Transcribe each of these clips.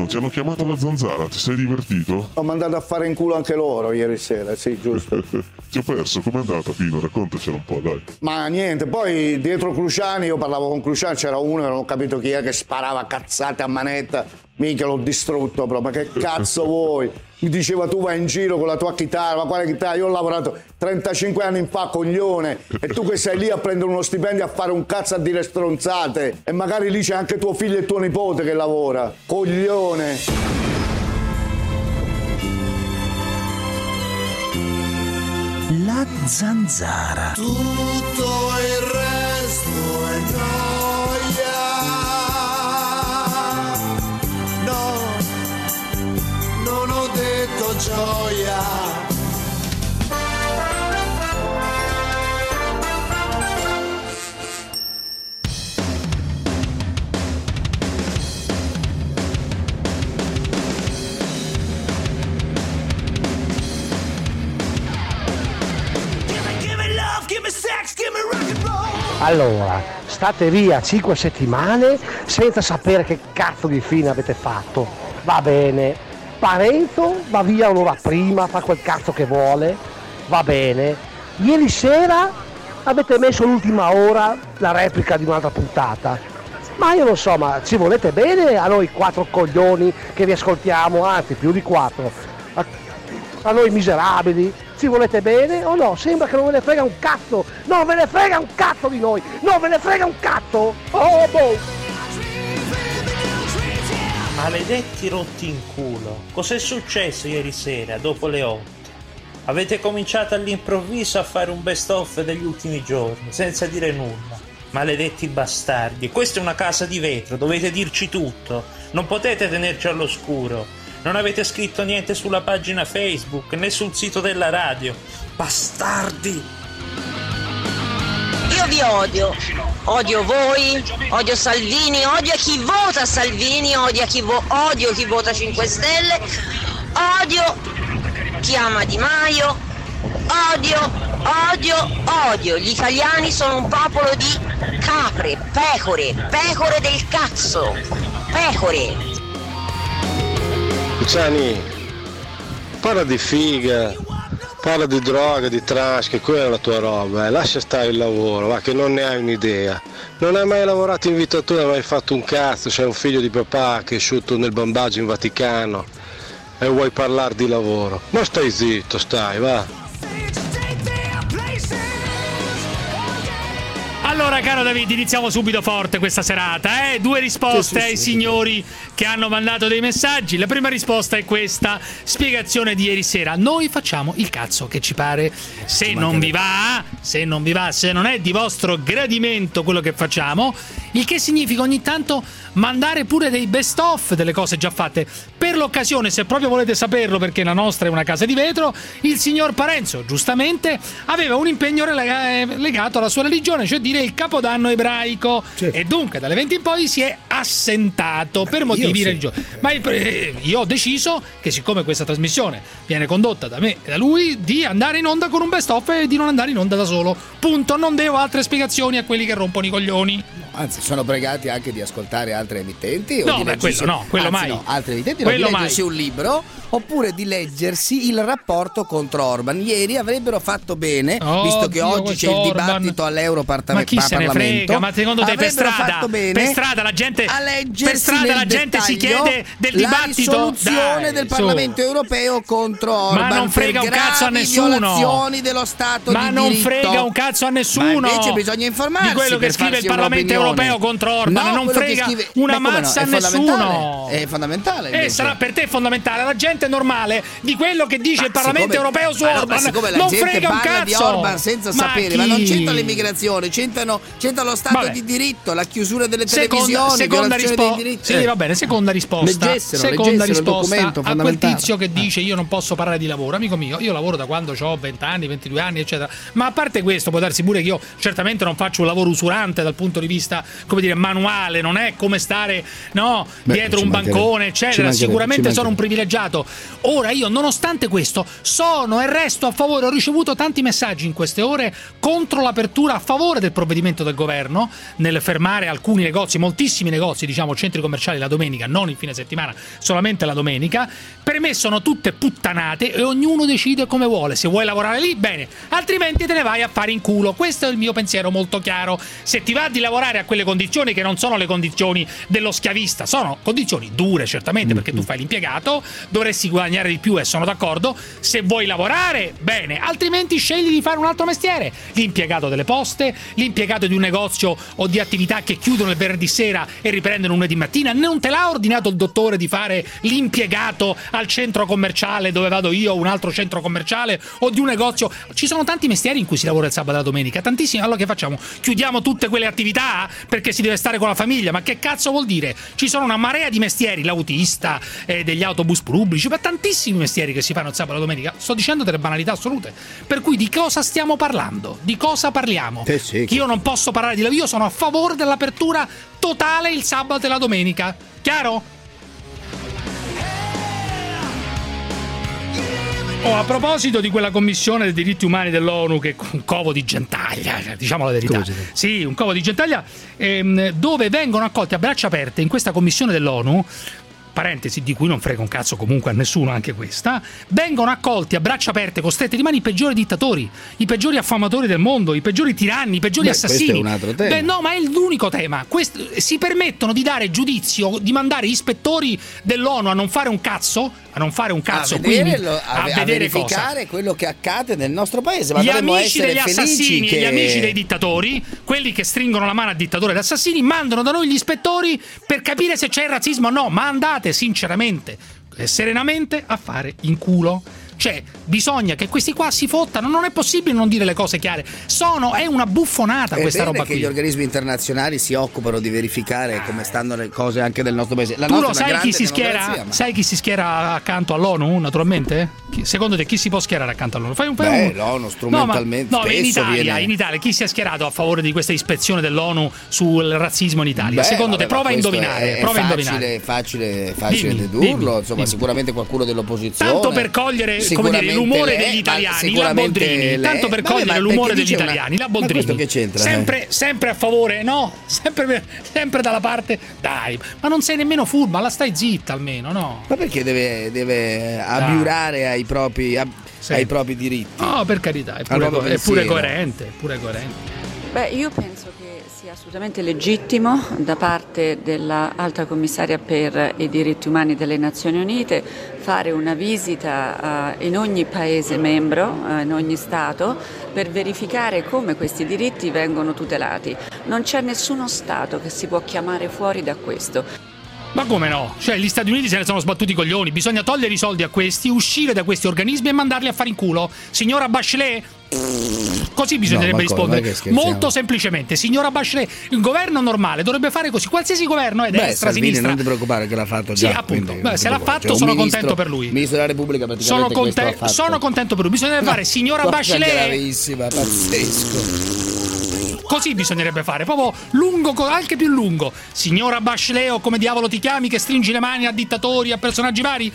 ti hanno chiamato la zanzara, ti sei divertito? Ho mandato a fare in culo anche loro ieri sera, sì, giusto. Ti ho perso, com'è andata Pino? Raccontacelo un po', dai. Ma niente, poi dietro Cruciani, io parlavo con Cruciani, c'era uno, non ho capito chi è, che sparava cazzate a manetta. Minchia, l'ho distrutto proprio, ma che cazzo vuoi? Mi diceva tu vai in giro con la tua chitarra, ma quale chitarra? Io ho lavorato 35 anni fa, coglione, e tu che sei lì a prendere uno stipendio a fare un cazzo a dire stronzate, e magari lì c'è anche tuo figlio e tuo nipote che lavora, coglione. La zanzara. Tutto il resto è noia. No, non ho detto gioia. Allora, state via 5 settimane senza sapere che cazzo di fine avete fatto. Va bene. Parenzo va via un'ora prima, fa quel cazzo che vuole. Va bene. Ieri sera avete messo l'ultima ora la replica di un'altra puntata. Ma io non so, ma ci volete bene a noi 4 coglioni che vi ascoltiamo, anzi più di 4. A noi miserabili. Ci volete bene o no? Sembra che non ve ne frega un cazzo! Non ve ne frega un cazzo di noi! Non ve ne frega un cazzo! Oh boh! Maledetti rotti in culo! Cos'è successo ieri sera, dopo le 8? Avete cominciato all'improvviso a fare un best of degli ultimi giorni, senza dire nulla. Maledetti bastardi! Questa è una casa di vetro, dovete dirci tutto! Non potete tenerci all'oscuro! Non avete scritto niente sulla pagina Facebook né sul sito della radio. Bastardi! Io vi odio. Odio voi, odio Salvini, odio chi vota Salvini, odio chi vota 5 Stelle, odio chi ama Di Maio, odio. Gli italiani sono un popolo di capre, pecore del cazzo, pecore. Luciani, parla di figa, parla di droga, di trash, che quella è la tua roba, lascia stare il lavoro, va, che non ne hai un'idea. Non hai mai lavorato in vita tua, non hai mai fatto un cazzo, c'è un figlio di papà che è asciutto nel bambaggio in Vaticano e vuoi parlare di lavoro. Ma stai zitto, va. Allora, caro Davide, iniziamo subito forte questa serata, 2 risposte ai signori che hanno mandato dei messaggi. La prima risposta è questa: spiegazione di ieri sera. Noi facciamo il cazzo che ci pare. Se non vi va, se non è di vostro gradimento quello che facciamo, il che significa ogni tanto mandare pure dei best of delle cose già fatte. Per l'occasione, se proprio volete saperlo, perché la nostra è una casa di vetro, il signor Parenzo giustamente aveva un impegno legato alla sua religione, cioè dire il capodanno ebraico, e dunque dalle 20 in poi si è assentato per motivi religiosi. Ma io ho deciso che, siccome questa trasmissione viene condotta da me e da lui, di andare in onda con un best of e di non andare in onda da solo, punto. Non devo altre spiegazioni a quelli che rompono i coglioni. Anzi, sono pregati anche di ascoltare altre emittenti, no, quello mai. No, altre emittenti, o di leggersi un libro, oppure di leggersi il rapporto contro Orban. Ieri avrebbero fatto bene, visto che oggi c'è il dibattito all'Europarlamento. Ma chi se ne frega? Ma secondo te per strada la gente si chiede del dibattito? La risoluzione del Parlamento europeo contro Orban. Ma non frega un cazzo a nessuno. Violazioni dello Stato di diritto. Ma non frega un cazzo a nessuno. Ma invece bisogna informarsi di quello che scrive il Parlamento europeo contro Orban. Non frega una mazza a nessuno. È fondamentale. Sarà per te fondamentale. La gente normale di quello che dice il Parlamento europeo su Orban non frega un cazzo di Orban senza sapere, ma non c'entra l'immigrazione, c'entra lo Stato di diritto, la chiusura delle televisioni, seconda risposta. Sì, va bene, seconda risposta. Leggessero il documento a quel tizio che dice io non posso parlare di lavoro. Amico mio, io lavoro da quando ho 20 anni, 22 anni, eccetera. Ma a parte questo, può darsi pure che io certamente non faccio un lavoro usurante dal punto di vista vista, come dire, manuale, non è come stare dietro un bancone, eccetera. Sicuramente sono un privilegiato. Ora io, nonostante questo, sono e resto a favore. Ho ricevuto tanti messaggi in queste ore contro l'apertura, a favore del provvedimento del governo nel fermare alcuni negozi, moltissimi negozi, diciamo centri commerciali la domenica, non il fine settimana, solamente la domenica. Per me sono tutte puttanate e ognuno decide come vuole. Se vuoi lavorare lì, bene, altrimenti te ne vai a fare in culo. Questo è il mio pensiero molto chiaro. Se ti va di lavorare a quelle condizioni, che non sono le condizioni dello schiavista, sono condizioni dure certamente, perché tu fai l'impiegato, dovresti guadagnare di più e sono d'accordo. Se vuoi lavorare, bene, altrimenti scegli di fare un altro mestiere, l'impiegato delle poste, l'impiegato di un negozio o di attività che chiudono il venerdì sera e riprendono lunedì mattina. Non te l'ha ordinato il dottore di fare l'impiegato al centro commerciale dove vado io, un altro centro commerciale, o di un negozio. Ci sono tanti mestieri in cui si lavora il sabato e la domenica, tantissimi. Allora che facciamo? Chiudiamo tutte quelle attività perché si deve stare con la famiglia? Ma che cazzo vuol dire? Ci sono una marea di mestieri, l'autista, degli autobus pubblici, ma tantissimi mestieri che si fanno il sabato e la domenica. Sto dicendo delle banalità assolute. Per cui di cosa stiamo parlando? Di cosa parliamo? Io non posso parlare di io sono a favore dell'apertura totale il sabato e la domenica. Chiaro? A proposito di quella commissione dei diritti umani dell'ONU, che è un covo di gentaglia, diciamo la verità, sì, un covo di gentaglia, dove vengono accolti a braccia aperte in questa commissione dell'ONU, parentesi di cui non frega un cazzo comunque a nessuno anche questa, vengono accolti a braccia aperte con strette di mani i peggiori dittatori, i peggiori affamatori del mondo, i peggiori tiranni, i peggiori assassini. Questo è un altro tema. No, ma è l'unico tema. Si permettono di dare giudizio, di mandare ispettori dell'ONU a non fare un cazzo, a verificare quello che accade nel nostro paese. Ma gli amici degli assassini e gli amici dei dittatori, quelli che stringono la mano a dittatori ed assassini, mandano da noi gli ispettori per capire se c'è razzismo o no. Ma andate sinceramente e serenamente a fare in culo. Cioè, bisogna che questi qua si fottano, non è possibile non dire le cose chiare. È una buffonata questa roba qui. Che gli organismi internazionali si occupano di verificare come stanno le cose anche del nostro paese. Tu lo sai chi si schiera? Sai chi si schiera accanto all'ONU, naturalmente? Secondo te chi si può schierare accanto all'ONU? L'ONU strumentalmente. No, in Italia chi si è schierato a favore di questa ispezione dell'ONU sul razzismo in Italia? Secondo te, prova a indovinare. È facile dedurlo, insomma, sicuramente qualcuno dell'opposizione. Tanto per cogliere l'umore degli italiani, la Boldrini. Tanto per cogliere l'umore degli italiani, la Boldrini. Ma questo che c'entra? Sempre a favore, no? Sempre dalla parte. Dai, ma non sei nemmeno furba, la stai zitta almeno, no? Ma perché deve abiurare ai propri diritti? No, per carità, è pure coerente. Beh, io penso che sia assolutamente legittimo da parte dell'Alta Commissaria per i diritti umani delle Nazioni Unite fare una visita in ogni paese membro, in ogni Stato, per verificare come questi diritti vengono tutelati. Non c'è nessuno Stato che si può chiamare fuori da questo. Ma come no? Cioè, gli Stati Uniti se ne sono sbattuti i coglioni. Bisogna togliere i soldi a questi, uscire da questi organismi e mandarli a fare in culo. Signora Bachelet? Così bisognerebbe rispondere. Molto semplicemente, signora Bachelet, il governo normale dovrebbe fare così. Qualsiasi governo è destra, sinistra. Non ti preoccupare che l'ha fatto già. Sì, appunto. Se l'ha fatto, sono contento per lui. Ministro della Repubblica praticamente sono contento per lui. Bisognerebbe fare signora Bachelet. Bravissima, pazzesco. Così bisognerebbe fare, proprio lungo, anche più lungo. Signora Bachelet, o come diavolo ti chiami, che stringi le mani a dittatori, a personaggi vari.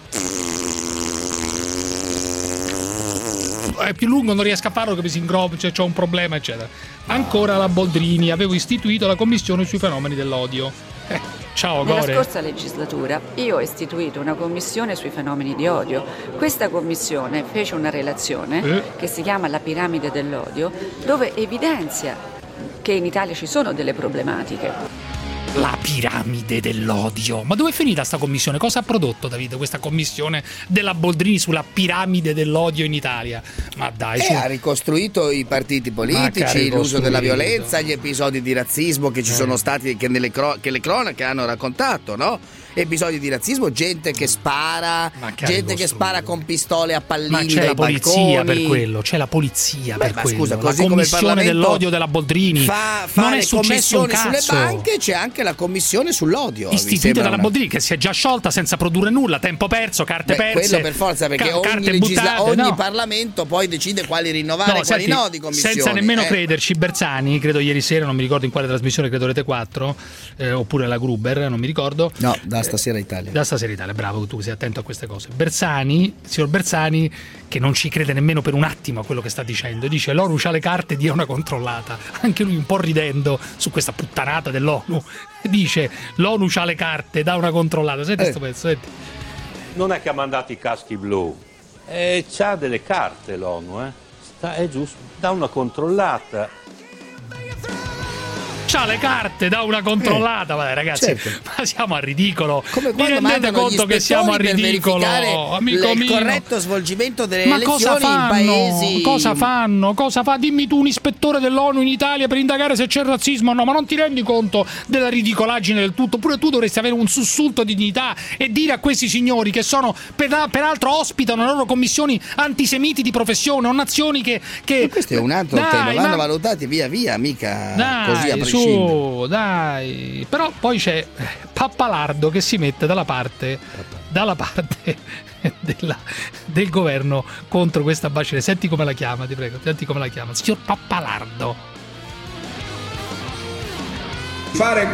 È più lungo, non riesco a farlo che mi si ingroppa, cioè c'ho un problema, eccetera. Ancora la Boldrini, avevo istituito la commissione sui fenomeni dell'odio. Ciao Gore. Nella scorsa legislatura io ho istituito una commissione sui fenomeni di odio. Questa commissione fece una relazione che si chiama La piramide dell'odio, dove evidenzia che in Italia ci sono delle problematiche. La piramide dell'odio. Ma dove è finita sta commissione? Cosa ha prodotto, Davide, questa commissione della Boldrini sulla piramide dell'odio in Italia? Ma dai, ha ricostruito i partiti politici, l'uso della violenza, gli episodi di razzismo che ci sono stati, che le cronache hanno raccontato, no? episodi di razzismo, gente che spara, gente che spara con pistole a pallini ma c'è dai la polizia balconi. per quello, c'è la polizia per quello. Scusa, la così come il commissione Parlamento dell'odio della Boldrini non è successo un cazzo. Sulle banche c'è anche la commissione sull'odio istituita dalla Boldrini, che si è già sciolta senza produrre nulla, tempo perso, carte perse. Quello per forza, perché ogni Parlamento poi decide quali rinnovare e quali no di commissioni. Senza nemmeno crederci, Bersani, credo ieri sera, non mi ricordo in quale trasmissione, credo Rete 4, oppure la Gruber, non mi ricordo. No, da Stasera Italia. Da Stasera Italia, bravo, tu sei attento a queste cose. Signor Bersani, che non ci crede nemmeno per un attimo a quello che sta dicendo, dice l'ONU c'ha le carte, dia una controllata. Anche lui un po' ridendo su questa puttanata dell'ONU, dice l'ONU c'ha le carte, dà una controllata. Senti sto pezzo, senti. Non è che ha mandato i caschi blu, c'ha delle carte l'ONU, è giusto, dà una controllata. C'ha le carte, dà una controllata. Vabbè, ragazzi, certo. Ma siamo al ridicolo. Come vi rendete conto che siamo al ridicolo, amico mio? Il corretto svolgimento delle elezioni in paesi. Cosa fanno? Cosa fa? Dimmi tu, un ispettore dell'ONU in Italia per indagare se c'è razzismo o no, ma non ti rendi conto della ridicolaggine del tutto? Pure tu dovresti avere un sussulto di dignità e dire a questi signori, che sono peraltro ospitano le loro commissioni antisemiti di professione o nazioni che questo è un altro tema, vanno valutati via via, mica così a prescindere. Dai, però poi c'è Pappalardo che si mette dalla parte del governo contro questa Bachelet. Senti come la chiama, ti prego, senti come la chiama, signor Pappalardo. Fare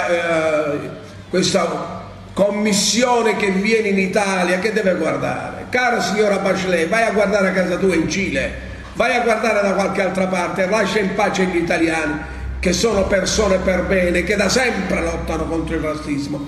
questa commissione che viene in Italia, che deve guardare? Cara signora Bachelet, vai a guardare a casa tua in Cile, vai a guardare da qualche altra parte, lascia in pace gli italiani, che sono persone per bene, che da sempre lottano contro il razzismo.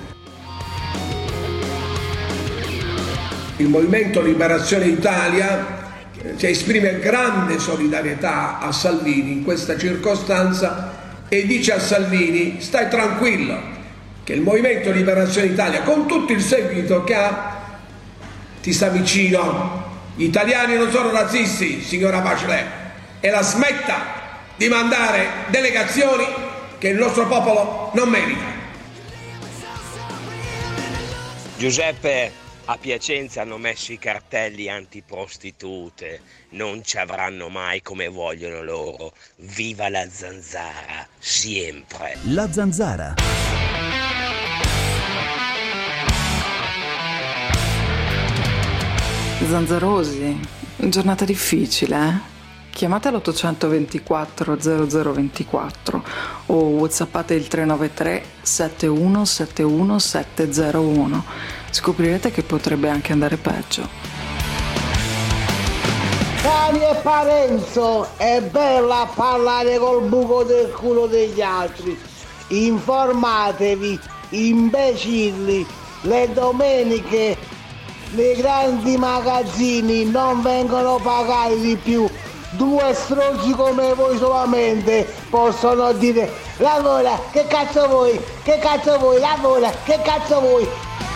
Il Movimento Liberazione Italia esprime grande solidarietà a Salvini in questa circostanza e dice a Salvini: stai tranquillo, che il Movimento Liberazione Italia, con tutto il seguito che ha, ti sta vicino. Gli italiani non sono razzisti, signora Bachelet, e la smetta di mandare delegazioni che il nostro popolo non merita. Giuseppe, a Piacenza hanno messo i cartelli antiprostitute, non ci avranno mai come vogliono loro. Viva la Zanzara, sempre. La Zanzara. Zanzarosi, giornata difficile, eh? Chiamate l'824 0024 o whatsappate il 393 7171 701. Scoprirete che potrebbe anche andare peggio. Cani e Parenzo, è bella parlare col buco del culo degli altri. Informatevi, imbecilli, le domeniche nei grandi magazzini non vengono pagati di più. Due stronzi come voi solamente possono dire lavora, che cazzo vuoi, lavora, che cazzo vuoi.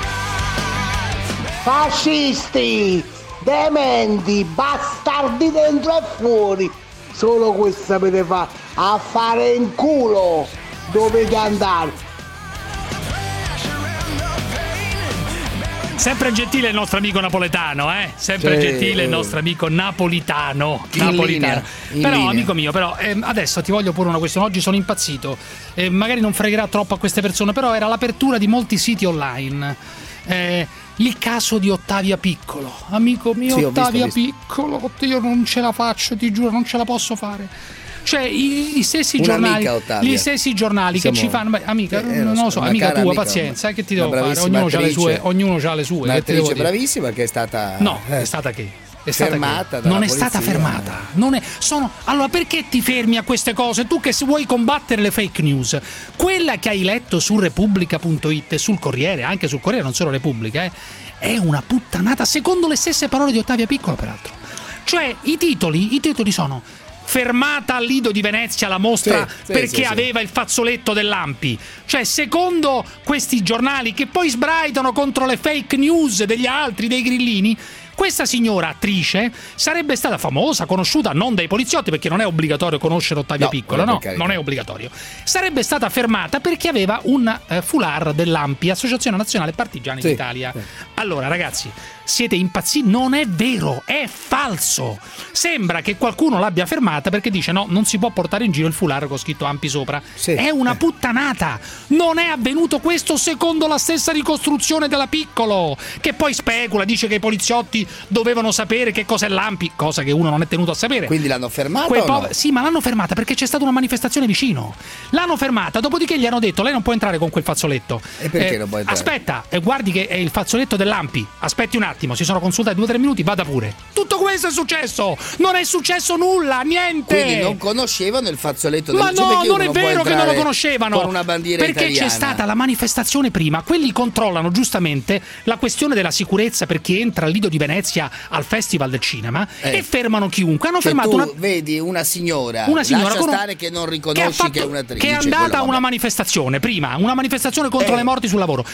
Fascisti, dementi, bastardi dentro e fuori, solo questo sapete fare, a fare in culo dovete andare. Sempre gentile il nostro amico napoletano, sempre gentile il nostro amico napolitano. Però, amico mio, adesso ti voglio porre una questione. Oggi sono impazzito, magari non fregherà troppo a queste persone, però era l'apertura di molti siti online. Il caso di Ottavia Piccolo, amico mio, sì, Ottavia Piccolo, io non ce la faccio, ti giuro, non ce la posso fare. Cioè gli stessi giornali che ci fanno, amica, non lo so, amica tua, pazienza, che ti devo fare? Ognuno ha le sue. Un'attrice bravissima che è stata è stata che? Fermata non è stata fermata. Allora perché ti fermi a queste cose? Tu che vuoi combattere le fake news, quella che hai letto su Repubblica.it e sul Corriere, anche sul Corriere, non solo Repubblica, è una puttanata, secondo le stesse parole di Ottavia Piccolo, peraltro. Cioè i titoli sono: fermata al Lido di Venezia la mostra perché aveva il fazzoletto dell'Ampi. Cioè, secondo questi giornali che poi sbraitano contro le fake news degli altri, dei grillini, Questa signora attrice sarebbe stata famosa, conosciuta non dai poliziotti, perché non è obbligatorio conoscere Ottavia Piccolo, no, non è obbligatorio. Sarebbe stata fermata perché aveva un foulard dell'ANPI, Associazione Nazionale Partigiani d'Italia. Allora, ragazzi, siete impazziti? Non è vero, è falso. Sembra che qualcuno l'abbia fermata perché dice no, non si può portare in giro il foulard con scritto ANPI sopra. È una puttanata. Non è avvenuto questo secondo la stessa ricostruzione della Piccolo, che poi specula, dice che i poliziotti dovevano sapere che cos'è l'ANPI, cosa che uno non è tenuto a sapere. Quindi l'hanno fermata o no? Sì, ma l'hanno fermata perché c'è stata una manifestazione vicino. L'hanno fermata, dopodiché gli hanno detto lei non può entrare con quel fazzoletto. E perché non può entrare? Aspetta, guardi che è il fazzoletto dell'ANPI. Aspetti un attimo, si sono consultati 2 o 3 minuti, vada pure. Tutto questo è successo. Non è successo nulla, niente. Quindi non conoscevano il fazzoletto del Ma no, non è vero che non lo conoscevano. Con una bandiera perché italiana. c'è stata la manifestazione prima. Quelli controllano giustamente la questione della sicurezza per chi entra al Lido di Venezia al Festival del Cinema e fermano chiunque. Hanno fermato tu vedi una signora lascia stare che non riconosci che è un'attrice, che è andata a una manifestazione prima, una manifestazione contro le morti sul lavoro.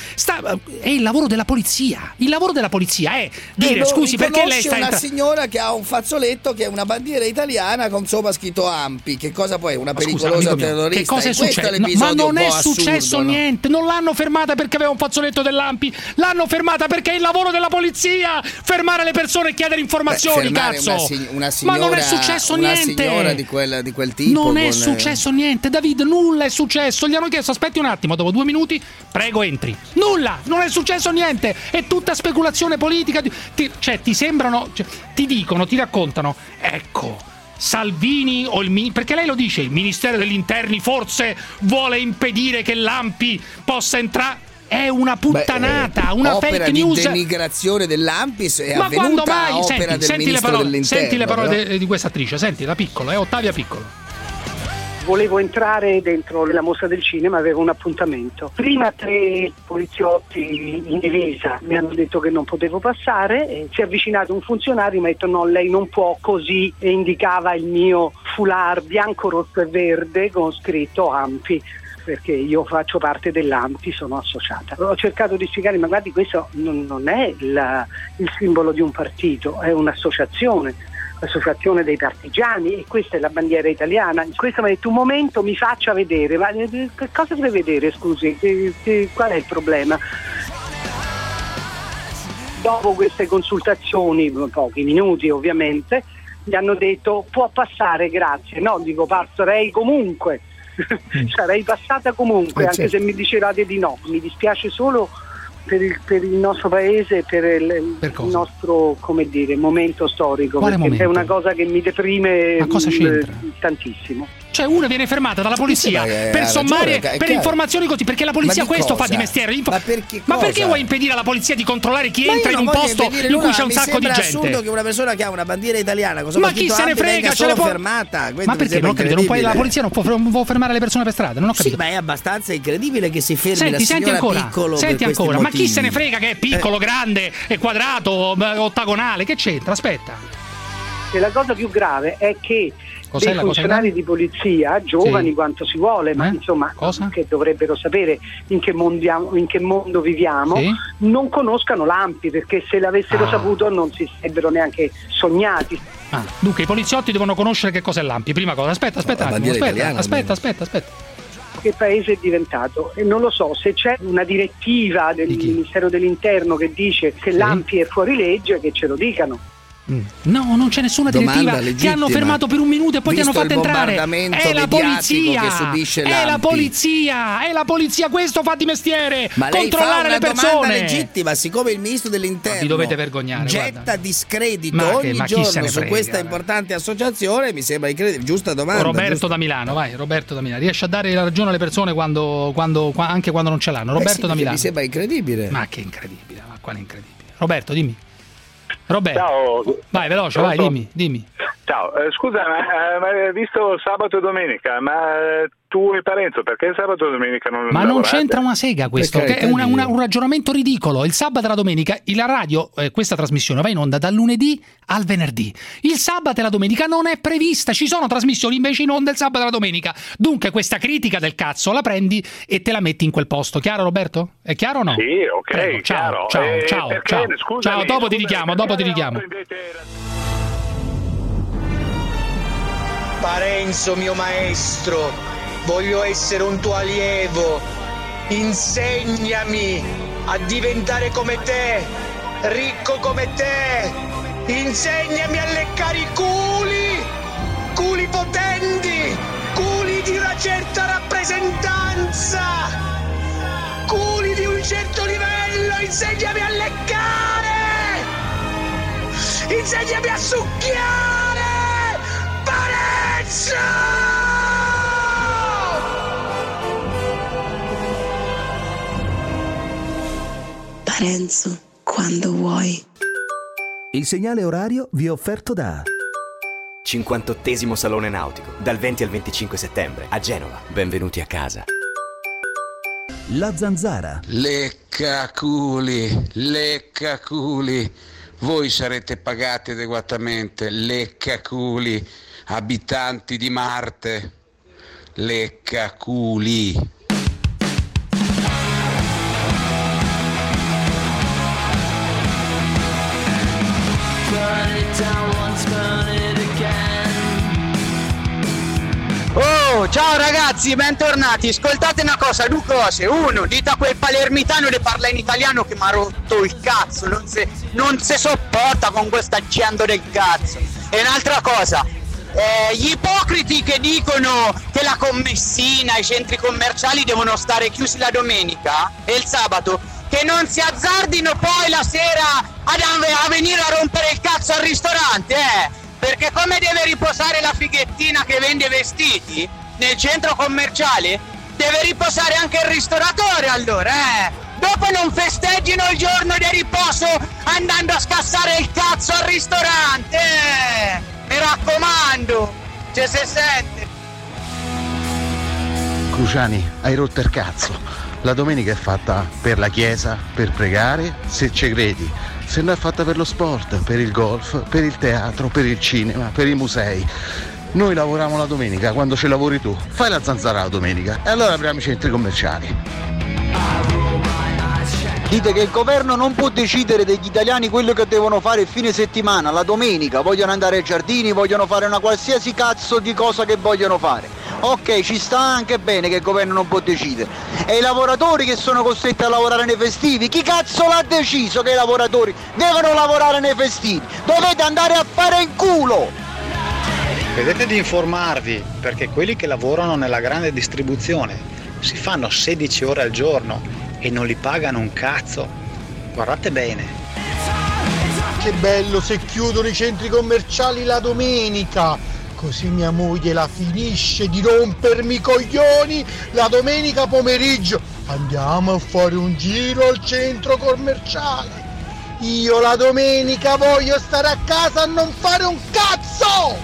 È il lavoro della polizia. Il lavoro della polizia è dire scusi, perché lei sta una signora che ha un fazzoletto che è una bandiera italiana con sopra scritto ANPI. Che cosa poi? Una pericolosa terrorista? Che cosa è successo? Ma non è successo niente. Non l'hanno fermata perché aveva un fazzoletto dell'ANPI. L'hanno fermata perché è il lavoro della polizia fermare le persone e chiedere informazioni. Cazzo, una signora, ma non è successo niente. Una signora di quel tipo. Non è successo niente, David. Nulla è successo. Gli hanno chiesto aspetti un attimo, dopo 2 minuti prego entri. Nulla, non è successo niente. È tutta speculazione politica. Ti sembrano, ti dicono, ti raccontano, ecco, Salvini o perché lei lo dice, il Ministero degli Interni forse vuole impedire che l'ANPI possa entrare. È una puttanata, una fake news. Opera di denigrazione dell'ANPI è ma avvenuta quando mai? a opera del Senti Ministro dell'Interno. Senti le parole di questa attrice, senti, la Piccolo, è Ottavia Piccolo. Volevo entrare dentro la mostra del cinema, avevo un appuntamento. Prima 3 poliziotti in divisa mi hanno detto che non potevo passare, e si è avvicinato un funzionario e mi ha detto no, lei non può così, e indicava il mio foulard bianco, rosso e verde con scritto ANPI, perché io faccio parte dell'ANPI, sono associata. Ho cercato di spiegare, ma guardi, questo non è il simbolo di un partito, è un'associazione. L'associazione dei partigiani, e questa è la bandiera italiana. Questo mi ha detto un momento, mi faccia vedere. Ma che cosa deve vedere, scusi? Qual è il problema? Dopo queste consultazioni, pochi minuti ovviamente, gli hanno detto può passare, grazie. No, dico passerei comunque. Sarei passata comunque, anche se mi dicevate di no. Mi dispiace solo per il nostro paese, per il nostro, come dire, momento storico. Quale perché momento? È una cosa che mi deprime tantissimo. Cioè una viene fermata dalla polizia per sommarie, per informazioni così, perché la polizia questo fa di mestiere. Ma perché vuoi impedire alla polizia di controllare chi entra in un posto in cui c'è un sacco di gente? È assurdo che una persona che ha una bandiera italiana ma chi se ne frega, ce le può fermata. Ma perché non capito? Non puoi, la polizia non può fermare le persone per strada, non ho capito. Sì, ma è abbastanza incredibile che si fermi la signora Piccolo. Senti ancora, ma chi se ne frega che è piccolo, grande, è quadrato, ottagonale, che c'entra? Aspetta. E la cosa più grave è che dei funzionari di polizia, giovani quanto si vuole, ma insomma che dovrebbero sapere in che mondo viviamo, non conoscano l'ANPI, perché se l'avessero saputo non si sarebbero neanche sognati. Dunque i poliziotti devono conoscere che cos'è l'ANPI, prima cosa. Aspetta, aspetta. Che paese è diventato? E non lo so, se c'è una direttiva del Ministero dell'Interno che dice che l'ANPI è fuori legge, che ce lo dicano. No, non c'è nessuna direttiva. Ti hanno fermato per un minuto e poi ti hanno fatto entrare. È la polizia che subisce è la polizia, questo fa di mestiere. Ma controllare le persone. Domanda legittima, siccome il ministro dell'Interno vi dovete vergognare, getta discredito ogni giorno su questa importante associazione, mi sembra incredibile. Giusta domanda. Roberto da Milano, vai, Roberto da Milano. Riesce a dare la ragione alle persone anche quando non ce l'hanno. Roberto da Milano. Mi sembra incredibile. Ma che incredibile, ma quale incredibile? Roberto, dimmi. Roberto, ciao. Vai veloce, vai, dimmi. Ciao, scusa, ma hai visto sabato e domenica? Ma tu e Parenzo, perché sabato e domenica non lavorate? Ma non c'entra una sega questo, che è un ragionamento ridicolo. Il sabato e la domenica, la radio, questa trasmissione va in onda dal lunedì al venerdì. Il sabato e la domenica non è prevista, ci sono trasmissioni invece in onda il sabato e la domenica. Dunque questa critica del cazzo la prendi e te la metti in quel posto. Chiaro, Roberto? È chiaro o no? Sì, ok, prego, ciao, chiaro. Ciao, Scusami, dopo ti richiamo. Parenzo, mio maestro, voglio essere un tuo allievo. Insegnami a diventare come te, ricco come te. Insegnami a leccare i culi potenti, culi di una certa rappresentanza, culi di un certo livello. Insegnami a leccare, insegnami a succhiare. Parenzo! Parenzo, quando vuoi. Il segnale orario vi è offerto da 58° Salone Nautico, dal 20 al 25 settembre, a Genova. Benvenuti a casa. La Zanzara. Leccaculi. Voi sarete pagati adeguatamente, leccaculi, abitanti di Marte, leccaculi. Oh, ciao ragazzi, bentornati. Ascoltate una cosa, due cose. Uno, dite a quel palermitano che parla in italiano che mi ha rotto il cazzo. Non si sopporta con questo accento del cazzo. E un'altra cosa, gli ipocriti che dicono che la commessina, i centri commerciali devono stare chiusi la domenica e il sabato, che non si azzardino poi la sera a venire a rompere il cazzo al ristorante, perché come deve riposare la fighettina che vende vestiti nel centro commerciale, deve riposare anche il ristoratore allora, Dopo non festeggino il giorno di riposo andando a scassare il cazzo al ristorante, Mi raccomando, ci si sente. Cruciani, hai rotto il cazzo. La domenica è fatta per la chiesa, per pregare, se ci credi. Se no è fatta per lo sport, per il golf, per il teatro, per il cinema, per i musei. Noi lavoriamo la domenica, quando ci lavori tu. Fai la zanzara la domenica e allora apriamo i centri commerciali. Dite che il governo non può decidere degli italiani quello che devono fare il fine settimana, la domenica, vogliono andare ai giardini, vogliono fare una qualsiasi cazzo di cosa che vogliono fare. Ok, ci sta anche bene che il governo non può decidere. E i lavoratori che sono costretti a lavorare nei festivi, chi cazzo l'ha deciso che i lavoratori devono lavorare nei festivi? Dovete andare a fare in culo! Vedete di informarvi, perché quelli che lavorano nella grande distribuzione si fanno 16 ore al giorno e non li pagano un cazzo. Guardate bene. Che bello se chiudono i centri commerciali la domenica, così mia moglie la finisce di rompermi i coglioni la domenica pomeriggio. Andiamo a fare un giro al centro commerciale. Io la domenica voglio stare a casa a non fare un cazzo!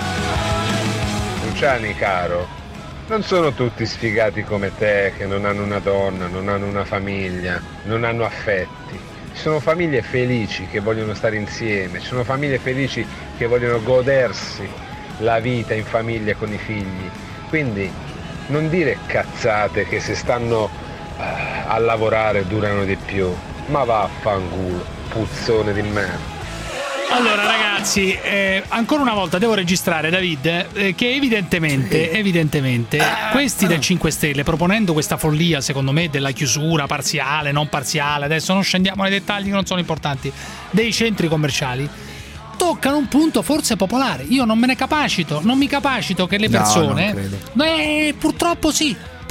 Luciani caro, non sono tutti sfigati come te che non hanno una donna, non hanno una famiglia, non hanno affetti. Ci sono famiglie felici che vogliono stare insieme, ci sono famiglie felici che vogliono godersi la vita in famiglia con i figli. Quindi non dire cazzate che se stanno a lavorare durano di più. Ma vaffanculo, puzzone di merda. Allora ragazzi, ancora una volta devo registrare, David, che evidentemente questi del 5 Stelle, proponendo questa follia secondo me della chiusura parziale, non parziale, adesso non scendiamo nei dettagli che non sono importanti, dei centri commerciali, toccano un punto forse popolare. Io non mi capacito che le persone, purtroppo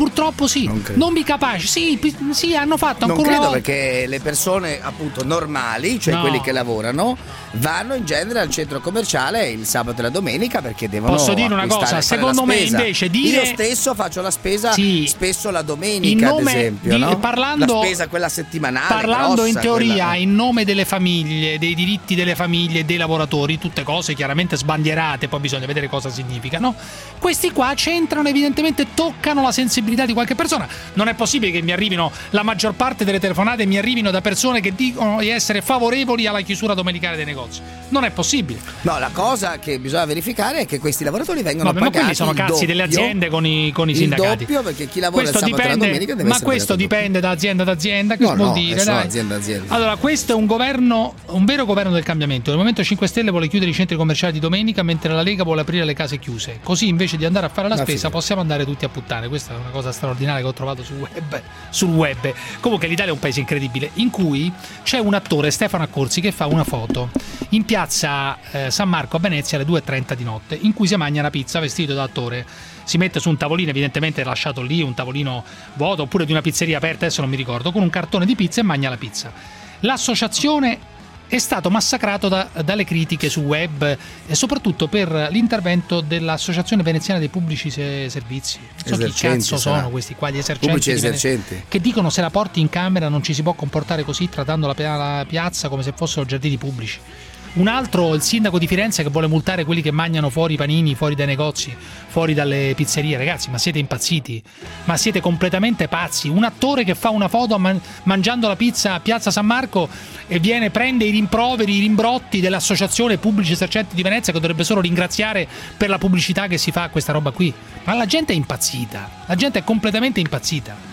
purtroppo sì. Non mi capaci. Sì, hanno fatto ancora. Non credo, perché le persone appunto normali, cioè quelli che lavorano, vanno in genere al centro commerciale il sabato e la domenica perché devono. Posso dire una cosa? Secondo me invece io stesso faccio la spesa spesso la domenica, ad esempio, no? Parlando, la spesa quella settimanale. Parlando grossa, in teoria quella, in nome delle famiglie, dei diritti delle famiglie e dei lavoratori, tutte cose chiaramente sbandierate, poi bisogna vedere cosa significano. Questi qua c'entrano, evidentemente toccano la sensibilità di qualche persona. Non è possibile che mi arrivino, la maggior parte delle telefonate mi arrivino da persone che dicono di essere favorevoli alla chiusura domenicale dei negozi. Non è possibile. No, la cosa che bisogna verificare è che questi lavoratori vengono pagati. Ma quelli sono cazzi delle aziende con i sindacati. Il doppio, perché chi lavora il sabato e la domenica deve essere. Ma questo dipende da azienda ad azienda. Che vuol dire? Dai. Azienda. Allora, questo è un vero governo del cambiamento. Il Movimento 5 Stelle vuole chiudere i centri commerciali di domenica, mentre la Lega vuole aprire le case chiuse. Così invece di andare a fare la spesa possiamo andare tutti a puttane. Questa è una cosa straordinaria che ho trovato sul web. Comunque l'Italia è un paese incredibile, in cui c'è un attore, Stefano Accorsi, che fa una foto in piazza San Marco a Venezia alle 2:30 di notte, in cui si mangia una pizza vestito da attore. Si mette su un tavolino, evidentemente lasciato lì, un tavolino vuoto, oppure di una pizzeria aperta, adesso non mi ricordo, con un cartone di pizza e mangia la pizza. L'associazione è stato massacrato dalle critiche su web e soprattutto per l'intervento dell'Associazione Veneziana dei Pubblici Servizi. Non so chi cazzo sono questi qua, gli esercenti che dicono se la porti in camera non ci si può comportare così, trattando la piazza come se fossero giardini pubblici. Un altro, il sindaco di Firenze, che vuole multare quelli che mangiano fuori i panini, fuori dai negozi, fuori dalle pizzerie. Ragazzi, ma siete impazziti? Ma siete completamente pazzi? Un attore che fa una foto mangiando la pizza a Piazza San Marco e prende i rimproveri, i rimbrotti dell'Associazione Pubblici Esercenti di Venezia, che dovrebbe solo ringraziare per la pubblicità che si fa a questa roba qui. Ma la gente è impazzita, la gente è completamente impazzita.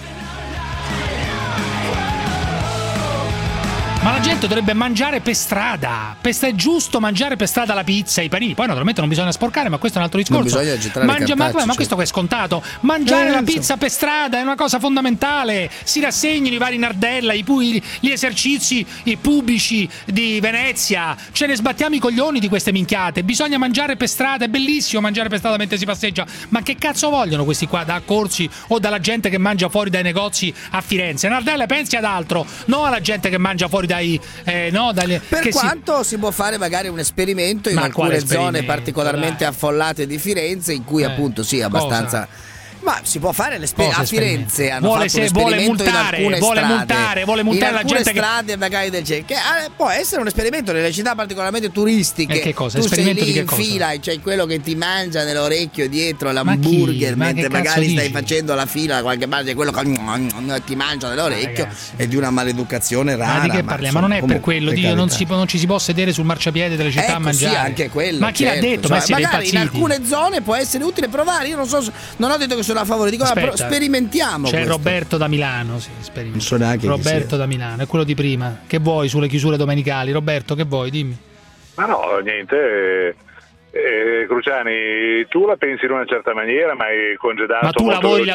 Ma la gente dovrebbe mangiare per strada. È giusto mangiare per strada la pizza e i panini. Poi naturalmente non bisogna sporcare, ma questo è un altro discorso. Non bisogna gettare le cartacce, ma questo è scontato. Mangiare la pizza per strada è una cosa fondamentale. Si rassegnino i vari Nardella, gli esercizi pubblici di Venezia. Ce ne sbattiamo i coglioni di queste minchiate. Bisogna mangiare per strada, è bellissimo mangiare per strada mentre si passeggia. Ma che cazzo vogliono questi qua da Accorsi o dalla gente che mangia fuori dai negozi a Firenze? Nardella, pensi ad altro, no alla gente che mangia fuori per quanto si può fare magari un esperimento in alcune zone particolarmente affollate di Firenze, in cui appunto sì, abbastanza. Ma si può fare l'esperimento. A Firenze hanno fatto un esperimento in alcune strade. Vuole multare la gente strade magari del genere. Che può essere un esperimento nelle città particolarmente turistiche. Che cosa? Tu Esperimento sei lì di che in fila e c'è quello che ti mangia nell'orecchio dietro l'hamburger, mentre magari stai facendo la fila da qualche parte, quello che ti mangia nell'orecchio. È di una maleducazione rara. Ma di che parliamo? Ma non è per quello, non ci si può sedere sul marciapiede delle città a mangiare. Sì, anche quello. Ma chi l'ha detto? Ma magari in alcune zone può essere utile provare. Io non ho detto che sono a favore, dico sperimentiamo. C'è Roberto da Milano, Roberto da Milano, è quello di prima. Che vuoi sulle chiusure domenicali? Roberto, che vuoi? Dimmi. Ma no, niente. Cruciani, tu la pensi in una certa maniera, ma hai congedato. Ma tu lavori